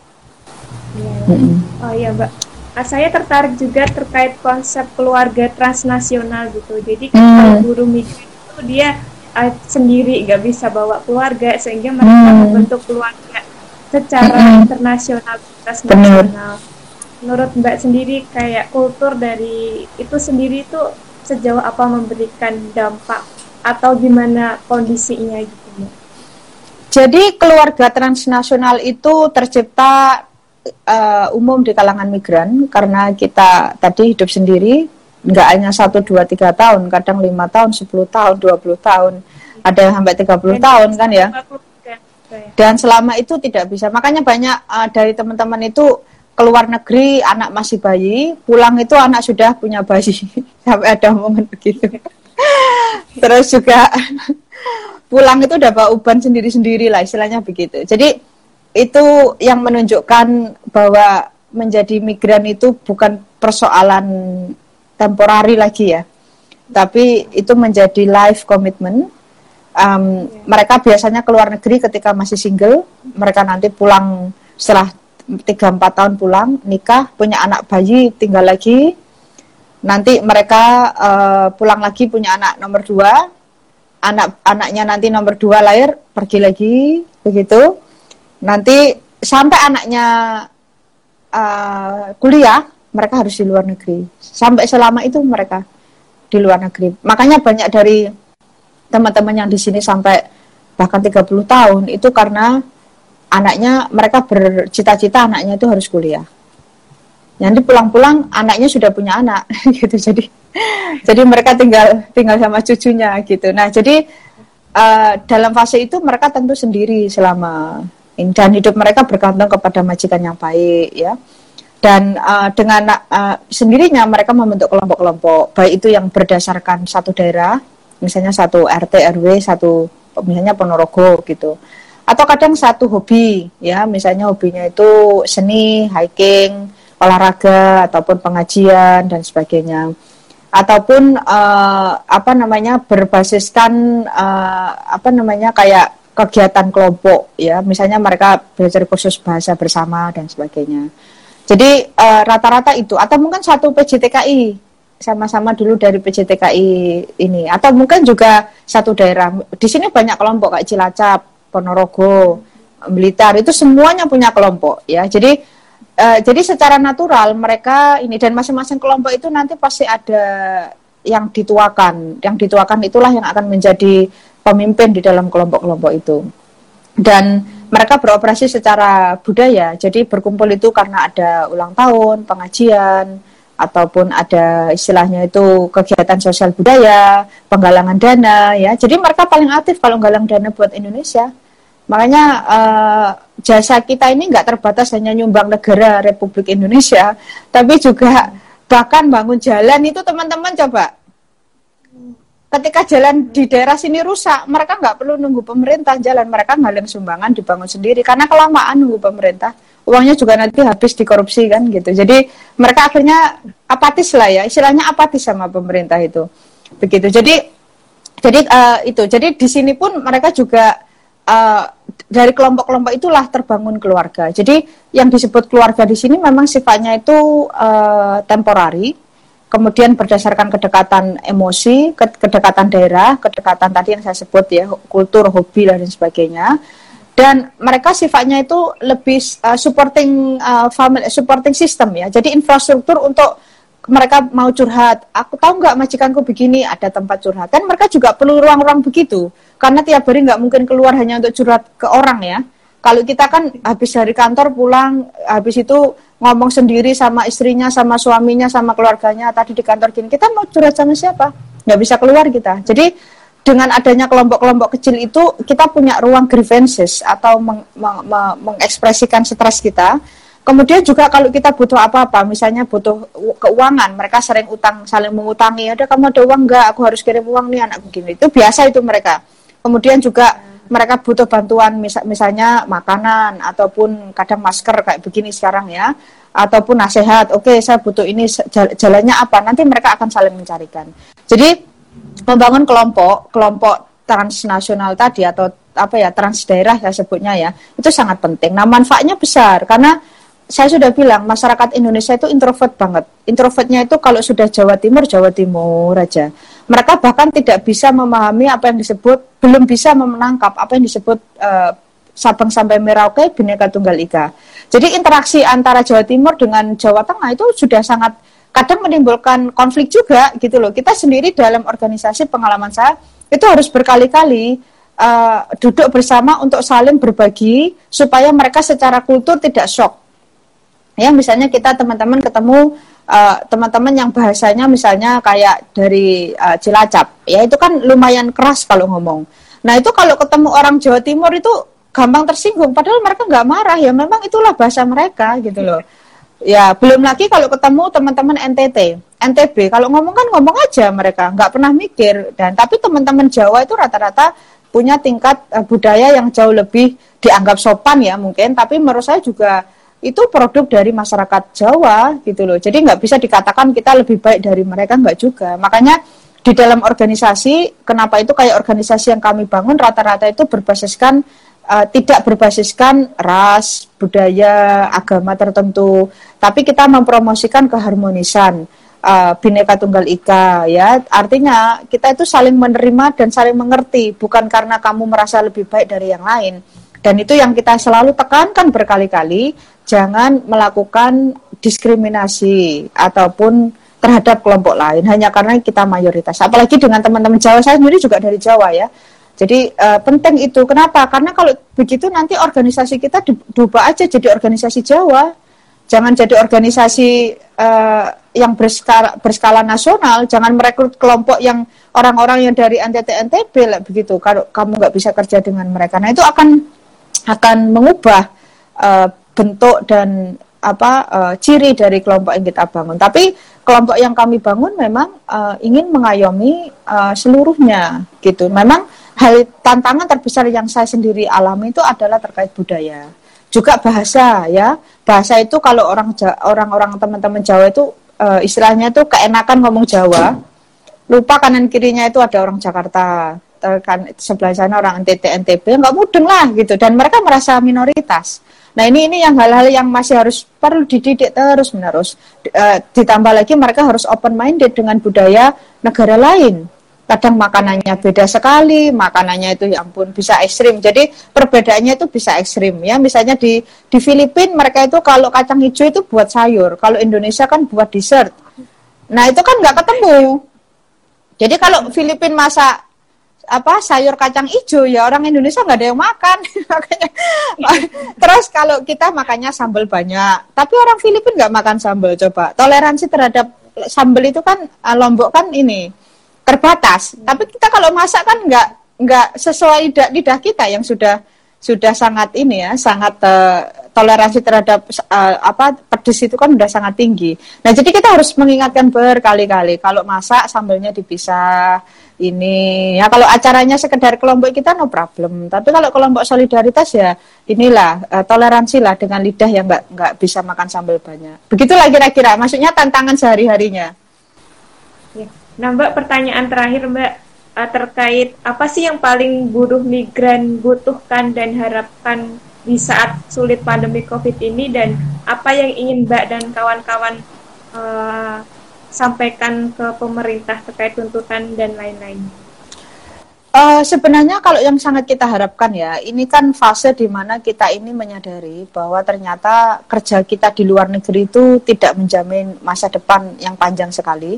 Oh iya Mbak, saya tertarik juga terkait konsep keluarga transnasional gitu. Jadi kalau buruh migran itu dia sendiri nggak bisa bawa keluarga, sehingga mereka membentuk keluarga secara internasional, transnasional. Menurut Mbak sendiri kayak kultur dari itu sendiri itu sejauh apa memberikan dampak atau gimana kondisinya gitu Mbak? Jadi keluarga transnasional itu tercipta umum di kalangan migran karena kita tadi hidup sendiri, nggak hanya 1, 2, 3 tahun, kadang 5 tahun, 10 tahun, 20 tahun, ada yang sampai 30 tahun kan ya. Dan selama itu tidak bisa, makanya banyak dari teman-teman itu keluar negeri, anak masih bayi, pulang itu anak sudah punya bayi. Sampai ada momen begitu. Terus juga pulang itu udah bawa uban sendiri-sendiri lah, istilahnya begitu. Jadi itu yang menunjukkan bahwa menjadi migran itu bukan persoalan temporari lagi ya, tapi itu menjadi life commitment. Mereka biasanya keluar negeri ketika masih single, mereka nanti pulang setelah 3-4 tahun pulang, nikah, punya anak bayi, tinggal lagi. Nanti mereka pulang lagi punya anak nomor 2. Anaknya nanti nomor 2 lahir, pergi lagi, begitu. Nanti sampai anaknya kuliah, mereka harus di luar negeri. Sampai selama itu mereka di luar negeri. Makanya banyak dari teman-teman yang di sini sampai bahkan 30 tahun itu karena anaknya, mereka bercita-cita anaknya itu harus kuliah. Nanti pulang-pulang anaknya sudah punya anak gitu. Jadi mereka tinggal sama cucunya gitu. Nah, jadi dalam fase itu mereka tentu sendiri selama ini, dan hidup mereka bergantung kepada majikan yang baik ya. Dan dengan sendirinya mereka membentuk kelompok-kelompok, baik itu yang berdasarkan satu daerah, misalnya satu RT RW, satu misalnya Ponorogo gitu. Atau kadang satu hobi, ya misalnya hobinya itu seni, hiking, olahraga, ataupun pengajian dan sebagainya. Ataupun berbasiskan kayak kegiatan kelompok, ya misalnya mereka belajar khusus bahasa bersama dan sebagainya. Jadi rata-rata itu, atau mungkin satu PJTKI, sama-sama dulu dari PJTKI ini, atau mungkin juga satu daerah. Di sini banyak kelompok kayak Cilacap, Ponorogo, Blitar, itu semuanya punya kelompok ya. Jadi secara natural mereka ini, dan masing-masing kelompok itu nanti pasti ada yang dituakan. Yang dituakan itulah yang akan menjadi pemimpin di dalam kelompok-kelompok itu. Dan mereka beroperasi secara budaya. Jadi berkumpul itu karena ada ulang tahun, pengajian, ataupun ada istilahnya itu kegiatan sosial budaya, penggalangan dana ya. Jadi mereka paling aktif kalau menggalang dana buat Indonesia. Makanya jasa kita ini nggak terbatas hanya nyumbang negara Republik Indonesia, tapi juga bahkan bangun jalan itu teman-teman coba. ketika jalan di daerah sini rusak, mereka nggak perlu nunggu pemerintah jalan, mereka ngalim sumbangan dibangun sendiri karena kelamaan nunggu pemerintah, uangnya juga nanti habis dikorupsi kan gitu. Jadi mereka akhirnya apatis lah ya, istilahnya apatis sama pemerintah itu, begitu. Jadi di sini pun mereka juga dari kelompok-kelompok itulah terbangun keluarga. Jadi yang disebut keluarga di sini memang sifatnya itu temporari. Kemudian berdasarkan kedekatan emosi, kedekatan daerah, kedekatan tadi yang saya sebut ya, kultur, hobi, dan sebagainya. Dan mereka sifatnya itu lebih supporting system ya. Jadi infrastruktur untuk mereka mau curhat. Aku tahu nggak majikanku begini, ada tempat curhat. Dan mereka juga perlu ruang-ruang begitu. Karena tiap hari nggak mungkin keluar hanya untuk curhat ke orang ya. Kalau kita kan habis dari kantor pulang, habis itu ngomong sendiri sama istrinya, sama suaminya, sama keluarganya, tadi di kantor gini, kita mau curhat sama siapa? Nggak bisa keluar kita. Jadi dengan adanya kelompok-kelompok kecil itu, kita punya ruang grievances atau mengekspresikan stres kita. Kemudian juga kalau kita butuh apa-apa, misalnya butuh keuangan, mereka sering saling mengutangi, ada kamu ada uang nggak? Aku harus kirim uang nih anak begini. Itu biasa itu mereka. Kemudian juga mereka butuh bantuan misalnya makanan ataupun kadang masker kayak begini sekarang ya, ataupun nasihat. Oke, saya butuh ini, jalannya apa? Nanti mereka akan saling mencarikan. Jadi membangun kelompok transnasional tadi atau transdaerah saya sebutnya ya, itu sangat penting. Nah, manfaatnya besar karena saya sudah bilang masyarakat Indonesia itu introvert banget. Introvertnya itu kalau sudah Jawa Timur aja. Mereka bahkan tidak bisa memahami apa yang disebut, belum bisa menangkap apa yang disebut Sabang sampai Merauke Bhinneka Tunggal Ika. Jadi interaksi antara Jawa Timur dengan Jawa Tengah itu sudah sangat kadang menimbulkan konflik juga gitu loh. Kita sendiri dalam organisasi, pengalaman saya itu harus berkali-kali duduk bersama untuk saling berbagi supaya mereka secara kultur tidak shock. Ya, misalnya kita teman-teman ketemu teman-teman yang bahasanya misalnya kayak dari Cilacap, ya itu kan lumayan keras kalau ngomong. Nah itu kalau ketemu orang Jawa Timur itu gampang tersinggung, padahal mereka nggak marah, ya memang itulah bahasa mereka gitu loh. Ya belum lagi kalau ketemu teman-teman NTB, kalau ngomong kan ngomong aja mereka, nggak pernah mikir. Dan tapi teman-teman Jawa itu rata-rata punya tingkat budaya yang jauh lebih dianggap sopan ya mungkin, tapi menurut saya juga itu produk dari masyarakat Jawa gitu loh. Jadi nggak bisa dikatakan kita lebih baik dari mereka, nggak juga. Makanya di dalam organisasi, kenapa itu kayak organisasi yang kami bangun rata-rata itu berbasiskan tidak berbasiskan ras, budaya, agama tertentu, tapi kita mempromosikan keharmonisan Bhinneka Tunggal Ika ya. Artinya kita itu saling menerima dan saling mengerti, bukan karena kamu merasa lebih baik dari yang lain. Dan itu yang kita selalu tekankan berkali-kali, jangan melakukan diskriminasi ataupun terhadap kelompok lain hanya karena kita mayoritas. Apalagi dengan teman-teman Jawa, saya sendiri juga dari Jawa ya. Jadi penting itu. Kenapa? Karena kalau begitu nanti organisasi kita diubah aja jadi organisasi Jawa. Jangan jadi organisasi yang berskala nasional. Jangan merekrut kelompok yang orang-orang yang dari NTT-NTB lah begitu. Kalau kamu nggak bisa kerja dengan mereka, nah itu akan mengubah bentuk dan ciri dari kelompok yang kita bangun. Tapi kelompok yang kami bangun memang ingin mengayomi seluruhnya gitu. Memang tantangan terbesar yang saya sendiri alami itu adalah terkait budaya, juga bahasa ya. Bahasa itu kalau orang-orang teman-teman Jawa itu istilahnya itu keenakan ngomong Jawa, lupa kanan kirinya itu ada orang Jakarta, kan sebelah sana orang NTT NTB, nggak mudeng lah gitu, dan mereka merasa minoritas. Nah ini yang hal-hal yang masih perlu dididik terus menerus. Ditambah lagi mereka harus open minded dengan budaya negara lain. Kadang makanannya beda sekali, makanannya itu ya ampun bisa ekstrim. Jadi perbedaannya itu bisa ekstrim ya. Misalnya di Filipina mereka itu kalau kacang hijau itu buat sayur, kalau Indonesia kan buat dessert. Nah itu kan nggak ketemu. Jadi kalau Filipina masak sayur kacang hijau ya orang Indonesia nggak ada yang makan. Terus kalau kita makannya sambal banyak, tapi orang Filipina nggak makan sambal. Coba toleransi terhadap sambal itu kan Lombok kan ini terbatas. Tapi kita kalau masak kan nggak sesuai lidah kita yang sudah sudah sangat ini ya, sangat toleransi terhadap pedes itu kan udah sangat tinggi. Nah, jadi kita harus mengingatkan berkali-kali kalau masak sambelnya dipisah. Ini ya kalau acaranya sekedar kelompok kita no problem. Tapi kalau kelompok solidaritas ya inilah toleransi lah dengan lidah yang nggak bisa makan sambal banyak. Begitulah kira-kira. Maksudnya tantangan sehari-harinya. Ya. Nah Mbak, pertanyaan terakhir Mbak, terkait apa sih yang paling buruh migran butuhkan dan harapkan di saat sulit pandemi COVID ini, dan apa yang ingin Mbak dan kawan-kawan sampaikan ke pemerintah terkait tuntutan dan lain-lain? Sebenarnya kalau yang sangat kita harapkan ya, ini kan fase di mana kita ini menyadari bahwa ternyata kerja kita di luar negeri itu tidak menjamin masa depan yang panjang sekali.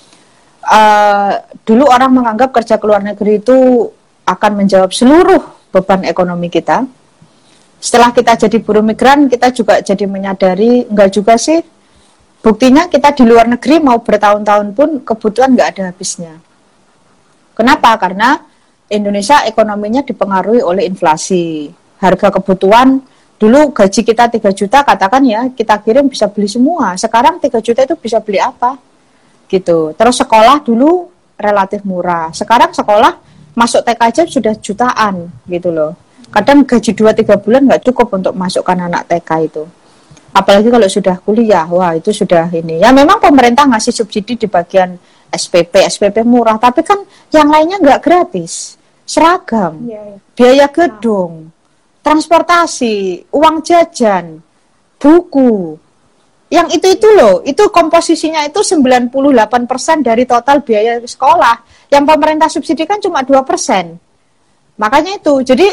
Dulu orang menganggap kerja ke luar negeri itu akan menjawab seluruh beban ekonomi kita. Setelah kita jadi buruh migran, kita juga jadi menyadari enggak juga sih. Buktinya kita di luar negeri mau bertahun-tahun pun kebutuhan nggak ada habisnya. Kenapa? Karena Indonesia ekonominya dipengaruhi oleh inflasi. Harga kebutuhan, dulu gaji kita 3 juta, katakan ya, kita kirim bisa beli semua. Sekarang 3 juta itu bisa beli apa? Gitu. Terus sekolah dulu relatif murah. Sekarang sekolah masuk TK aja sudah jutaan gitu loh. Kadang gaji 2-3 bulan nggak cukup untuk masukkan anak TK itu. Apalagi kalau sudah kuliah, wah itu sudah ini. Ya memang pemerintah ngasih subsidi di bagian SPP murah, tapi kan yang lainnya nggak gratis. Seragam, biaya gedung, transportasi, uang jajan, buku. Yang itu loh, itu komposisinya itu 98% dari total biaya sekolah. Yang pemerintah subsidikan cuma 2%. Makanya itu, jadi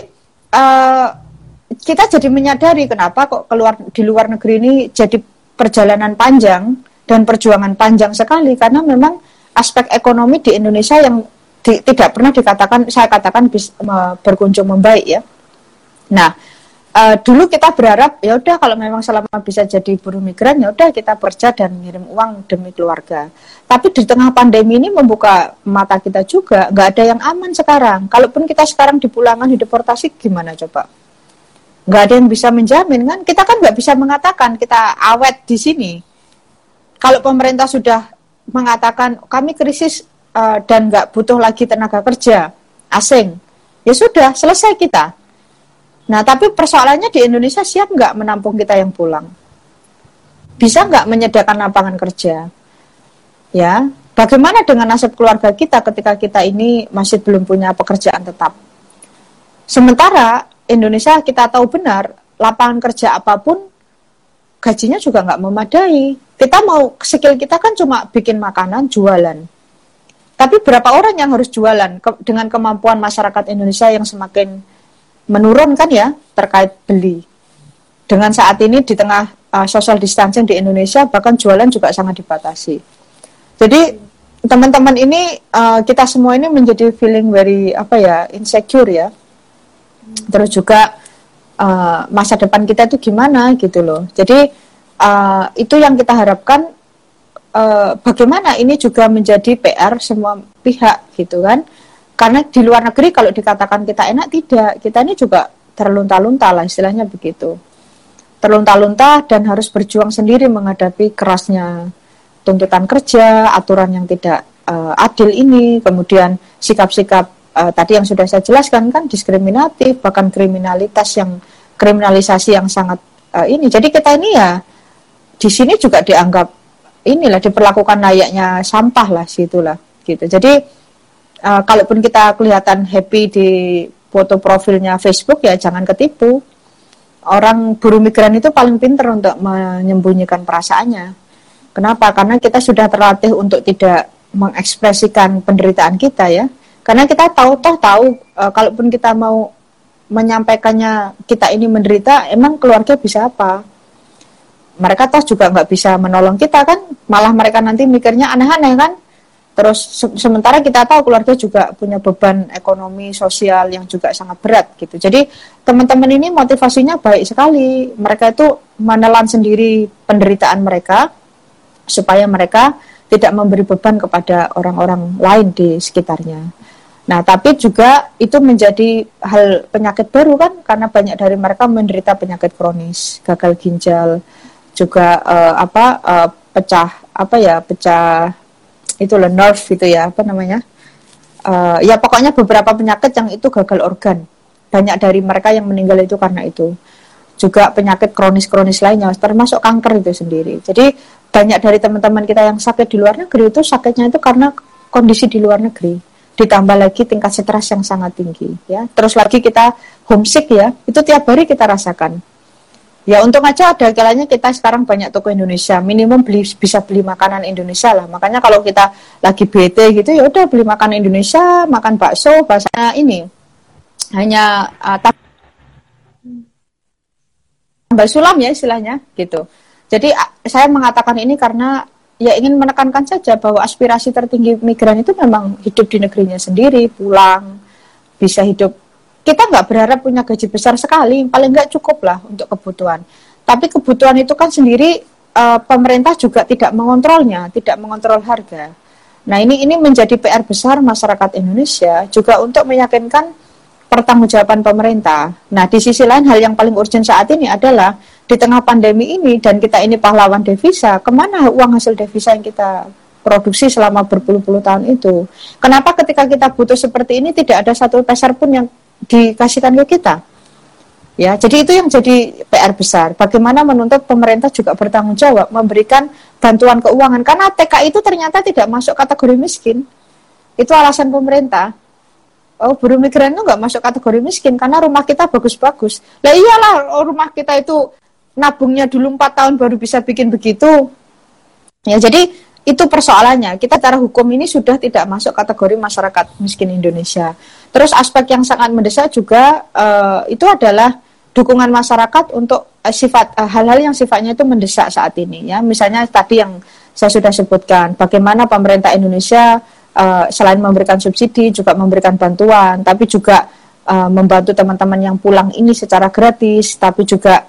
kita jadi menyadari kenapa kok di luar negeri ini jadi perjalanan panjang dan perjuangan panjang sekali, karena memang aspek ekonomi di Indonesia yang tidak pernah saya katakan berkunjung membaik ya. Nah, dulu kita berharap ya udah kalau memang selama bisa jadi buruh migran ya udah kita kerja dan ngirim uang demi keluarga. Tapi di tengah pandemi ini membuka mata kita juga, nggak ada yang aman sekarang. Kalaupun kita sekarang dipulangkan, dideportasi, gimana coba? Nggak ada yang bisa menjamin kan? Kita kan nggak bisa mengatakan kita awet di sini. Kalau pemerintah sudah mengatakan kami krisis dan nggak butuh lagi tenaga kerja asing, ya sudah selesai kita. Nah, tapi persoalannya di Indonesia siap nggak menampung kita yang pulang? Bisa nggak menyediakan lapangan kerja? Ya, bagaimana dengan nasib keluarga kita ketika kita ini masih belum punya pekerjaan tetap? Sementara Indonesia kita tahu benar, lapangan kerja apapun gajinya juga nggak memadai. Kita mau skill kita kan cuma bikin makanan, jualan. Tapi berapa orang yang harus jualan dengan kemampuan masyarakat Indonesia yang semakin menurun kan ya terkait beli. Dengan saat ini di tengah social distancing di Indonesia bahkan jualan juga sangat dibatasi. Jadi teman-teman ini kita semua ini menjadi feeling very insecure ya. Terus juga masa depan kita itu gimana gitu loh. Jadi itu yang kita harapkan, bagaimana ini juga menjadi PR semua pihak gitu kan. Karena di luar negeri kalau dikatakan kita enak, tidak. Kita ini juga terlunta-lunta lah istilahnya begitu. Terlunta-lunta dan harus berjuang sendiri menghadapi kerasnya tuntutan kerja, aturan yang tidak adil ini, kemudian sikap-sikap tadi yang sudah saya jelaskan kan diskriminatif, bahkan kriminalisasi yang sangat ini. Jadi kita ini ya di sini juga dianggap inilah diperlakukan layaknya sampah lah situlah gitu. Jadi kalaupun kita kelihatan happy di foto profilnya Facebook ya jangan ketipu. Orang buruh migran itu paling pintar untuk menyembunyikan perasaannya. Kenapa? Karena kita sudah terlatih untuk tidak mengekspresikan penderitaan kita ya. Karena kita tahu kalaupun kita mau menyampaikannya kita ini menderita, emang keluarga bisa apa? Mereka juga nggak bisa menolong kita kan, malah mereka nanti mikirnya aneh-aneh kan. Terus sementara kita tahu keluarga juga punya beban ekonomi sosial yang juga sangat berat gitu. Jadi teman-teman ini motivasinya baik sekali. Mereka itu menelan sendiri penderitaan mereka supaya mereka tidak memberi beban kepada orang-orang lain di sekitarnya. Nah, tapi juga itu menjadi hal penyakit baru kan, karena banyak dari mereka menderita penyakit kronis, gagal ginjal, juga pecah itu nerve gitu ya, apa namanya? Ya pokoknya beberapa penyakit yang itu gagal organ. Banyak dari mereka yang meninggal itu karena itu. Juga penyakit kronis-kronis lainnya, termasuk kanker itu sendiri. Jadi banyak dari teman-teman kita yang sakit di luar negeri itu sakitnya itu karena kondisi di luar negeri. Ditambah lagi tingkat stres yang sangat tinggi ya. Terus lagi kita homesick ya, itu tiap hari kita rasakan. Ya untung aja ada kalanya kita sekarang banyak toko Indonesia, minimum bisa beli makanan Indonesia lah. Makanya kalau kita lagi bete gitu ya udah beli makanan Indonesia, makan bakso, bahasanya ini hanya tambah sulam ya istilahnya gitu. Jadi saya mengatakan ini karena ya ingin menekankan saja bahwa aspirasi tertinggi migran itu memang hidup di negerinya sendiri, pulang, bisa hidup. Kita nggak berharap punya gaji besar sekali, paling nggak cukup lah untuk kebutuhan. Tapi kebutuhan itu kan sendiri pemerintah juga tidak mengontrolnya, tidak mengontrol harga. Nah ini menjadi PR besar masyarakat Indonesia juga untuk meyakinkan pertanggungjawaban pemerintah. Nah di sisi lain hal yang paling urgent saat ini adalah di tengah pandemi ini dan kita ini pahlawan devisa, kemana uang hasil devisa yang kita produksi selama berpuluh-puluh tahun itu? Kenapa ketika kita butuh seperti ini tidak ada satu peser pun yang dikasihkan ke kita? Ya, jadi itu yang jadi PR besar. Bagaimana menuntut pemerintah juga bertanggung jawab memberikan bantuan keuangan karena TKI itu ternyata tidak masuk kategori miskin. Itu alasan pemerintah. Oh, buruh migran itu nggak masuk kategori miskin karena rumah kita bagus-bagus. Lah iyalah rumah kita itu nabungnya dulu 4 tahun baru bisa bikin begitu. Ya, jadi itu persoalannya. Kita secara hukum ini sudah tidak masuk kategori masyarakat miskin Indonesia. Terus aspek yang sangat mendesak juga itu adalah dukungan masyarakat untuk hal-hal yang sifatnya itu mendesak saat ini. Ya, misalnya tadi yang saya sudah sebutkan, bagaimana pemerintah Indonesia selain memberikan subsidi juga memberikan bantuan, tapi juga membantu teman-teman yang pulang ini secara gratis, tapi juga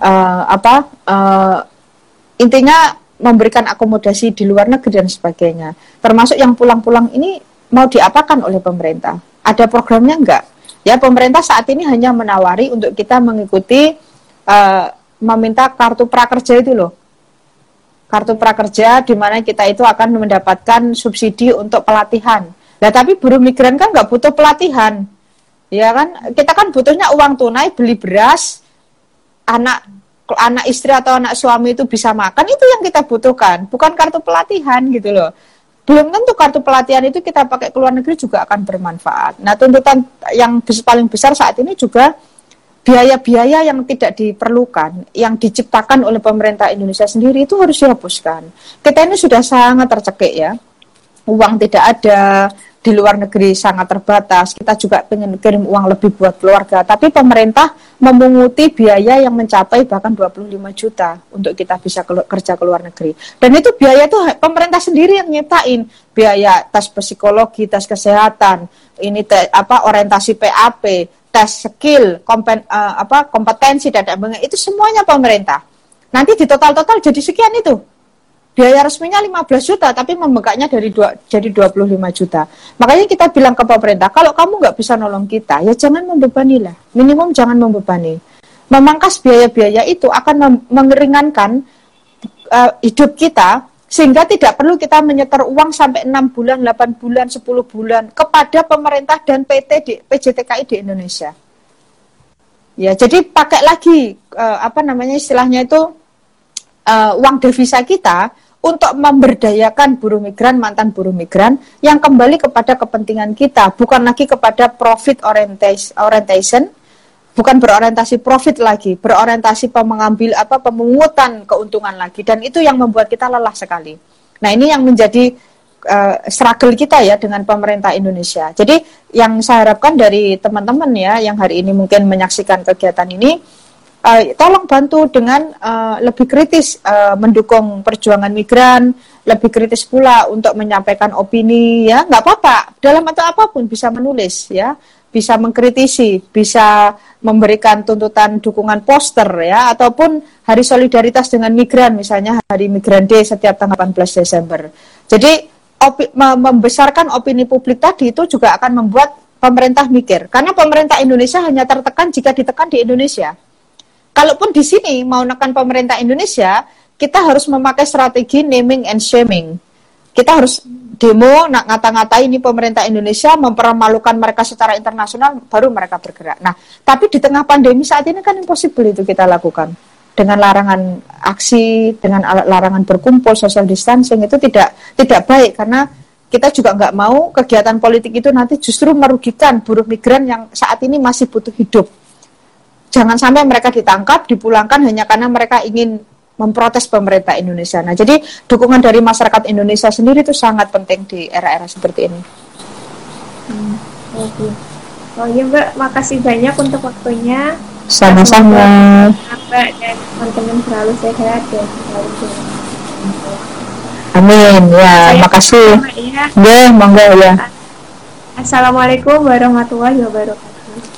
intinya memberikan akomodasi di luar negeri dan sebagainya. Termasuk yang pulang-pulang ini mau diapakan oleh pemerintah? Ada programnya enggak? Ya pemerintah saat ini hanya menawari untuk kita mengikuti meminta kartu prakerja itu loh. Kartu prakerja di mana kita itu akan mendapatkan subsidi untuk pelatihan. Nah tapi buruh migran kan nggak butuh pelatihan. Ya kan, kita kan butuhnya uang tunai, beli beras, anak istri atau anak suami itu bisa makan, itu yang kita butuhkan, bukan kartu pelatihan gitu loh. Belum tentu kartu pelatihan itu kita pakai ke luar negeri juga akan bermanfaat. Nah tuntutan yang paling besar saat ini juga biaya-biaya yang tidak diperlukan, yang diciptakan oleh pemerintah Indonesia sendiri itu harus dihapuskan. Kita ini sudah sangat tercekik ya, uang tidak ada, di luar negeri sangat terbatas, kita juga pengen kirim uang lebih buat keluarga, tapi pemerintah memunguti biaya yang mencapai bahkan 25 juta untuk kita bisa kerja ke luar negeri. Dan itu biaya itu pemerintah sendiri yang nyiptain, biaya tes psikologi, tes kesehatan, ini orientasi PAP, tes skill, kompetensi dan sebagainya, itu semuanya pemerintah. Nanti di total jadi sekian itu. Biaya resminya 15 juta, tapi membengkaknya jadi 25 juta. Makanya kita bilang ke pemerintah, kalau kamu nggak bisa nolong kita, ya jangan membebani lah. Minimum jangan membebani. Memangkas biaya-biaya itu akan mengeringankan hidup kita, sehingga tidak perlu kita menyetor uang sampai 6 bulan, 8 bulan, 10 bulan kepada pemerintah dan PJTKI di Indonesia. Ya, jadi pakai lagi istilahnya itu uang devisa kita untuk memberdayakan buruh migran, mantan buruh migran yang kembali kepada kepentingan kita, bukan lagi kepada profit orientation, bukan berorientasi profit lagi, berorientasi pemungutan keuntungan lagi, dan itu yang membuat kita lelah sekali. Nah ini yang menjadi struggle kita ya dengan pemerintah Indonesia. Jadi yang saya harapkan dari teman-teman ya yang hari ini mungkin menyaksikan kegiatan ini, tolong bantu dengan lebih kritis mendukung perjuangan migran, lebih kritis pula untuk menyampaikan opini ya, nggak apa-apa, dalam atau apapun bisa menulis ya, bisa mengkritisi, bisa memberikan tuntutan dukungan poster ya, ataupun hari solidaritas dengan migran misalnya hari Migran Day setiap tanggal 18 Desember. Jadi membesarkan opini publik tadi itu juga akan membuat pemerintah mikir. Karena pemerintah Indonesia hanya tertekan jika ditekan di Indonesia. Kalaupun di sini mau nekan pemerintah Indonesia, kita harus memakai strategi naming and shaming. Kita harus demo, ngata-ngatai ini pemerintah Indonesia, mempermalukan mereka secara internasional, baru mereka bergerak. Nah, tapi di tengah pandemi saat ini kan impossible itu kita lakukan. Dengan larangan aksi, dengan larangan berkumpul, social distancing, itu tidak baik. Karena kita juga nggak mau kegiatan politik itu nanti justru merugikan buruh migran yang saat ini masih butuh hidup. Jangan sampai mereka ditangkap, dipulangkan hanya karena mereka ingin memprotes pemerintah Indonesia. Nah, jadi dukungan dari masyarakat Indonesia sendiri itu sangat penting di era-era seperti ini. Oke. Oh iya Mbak, makasih banyak untuk waktunya. Sama-sama. Mbak dan teman-teman selalu sehat dan selalu sehat. Amin. Ya, makasih. Ya, monggo ya. Assalamualaikum warahmatullahi wabarakatuh.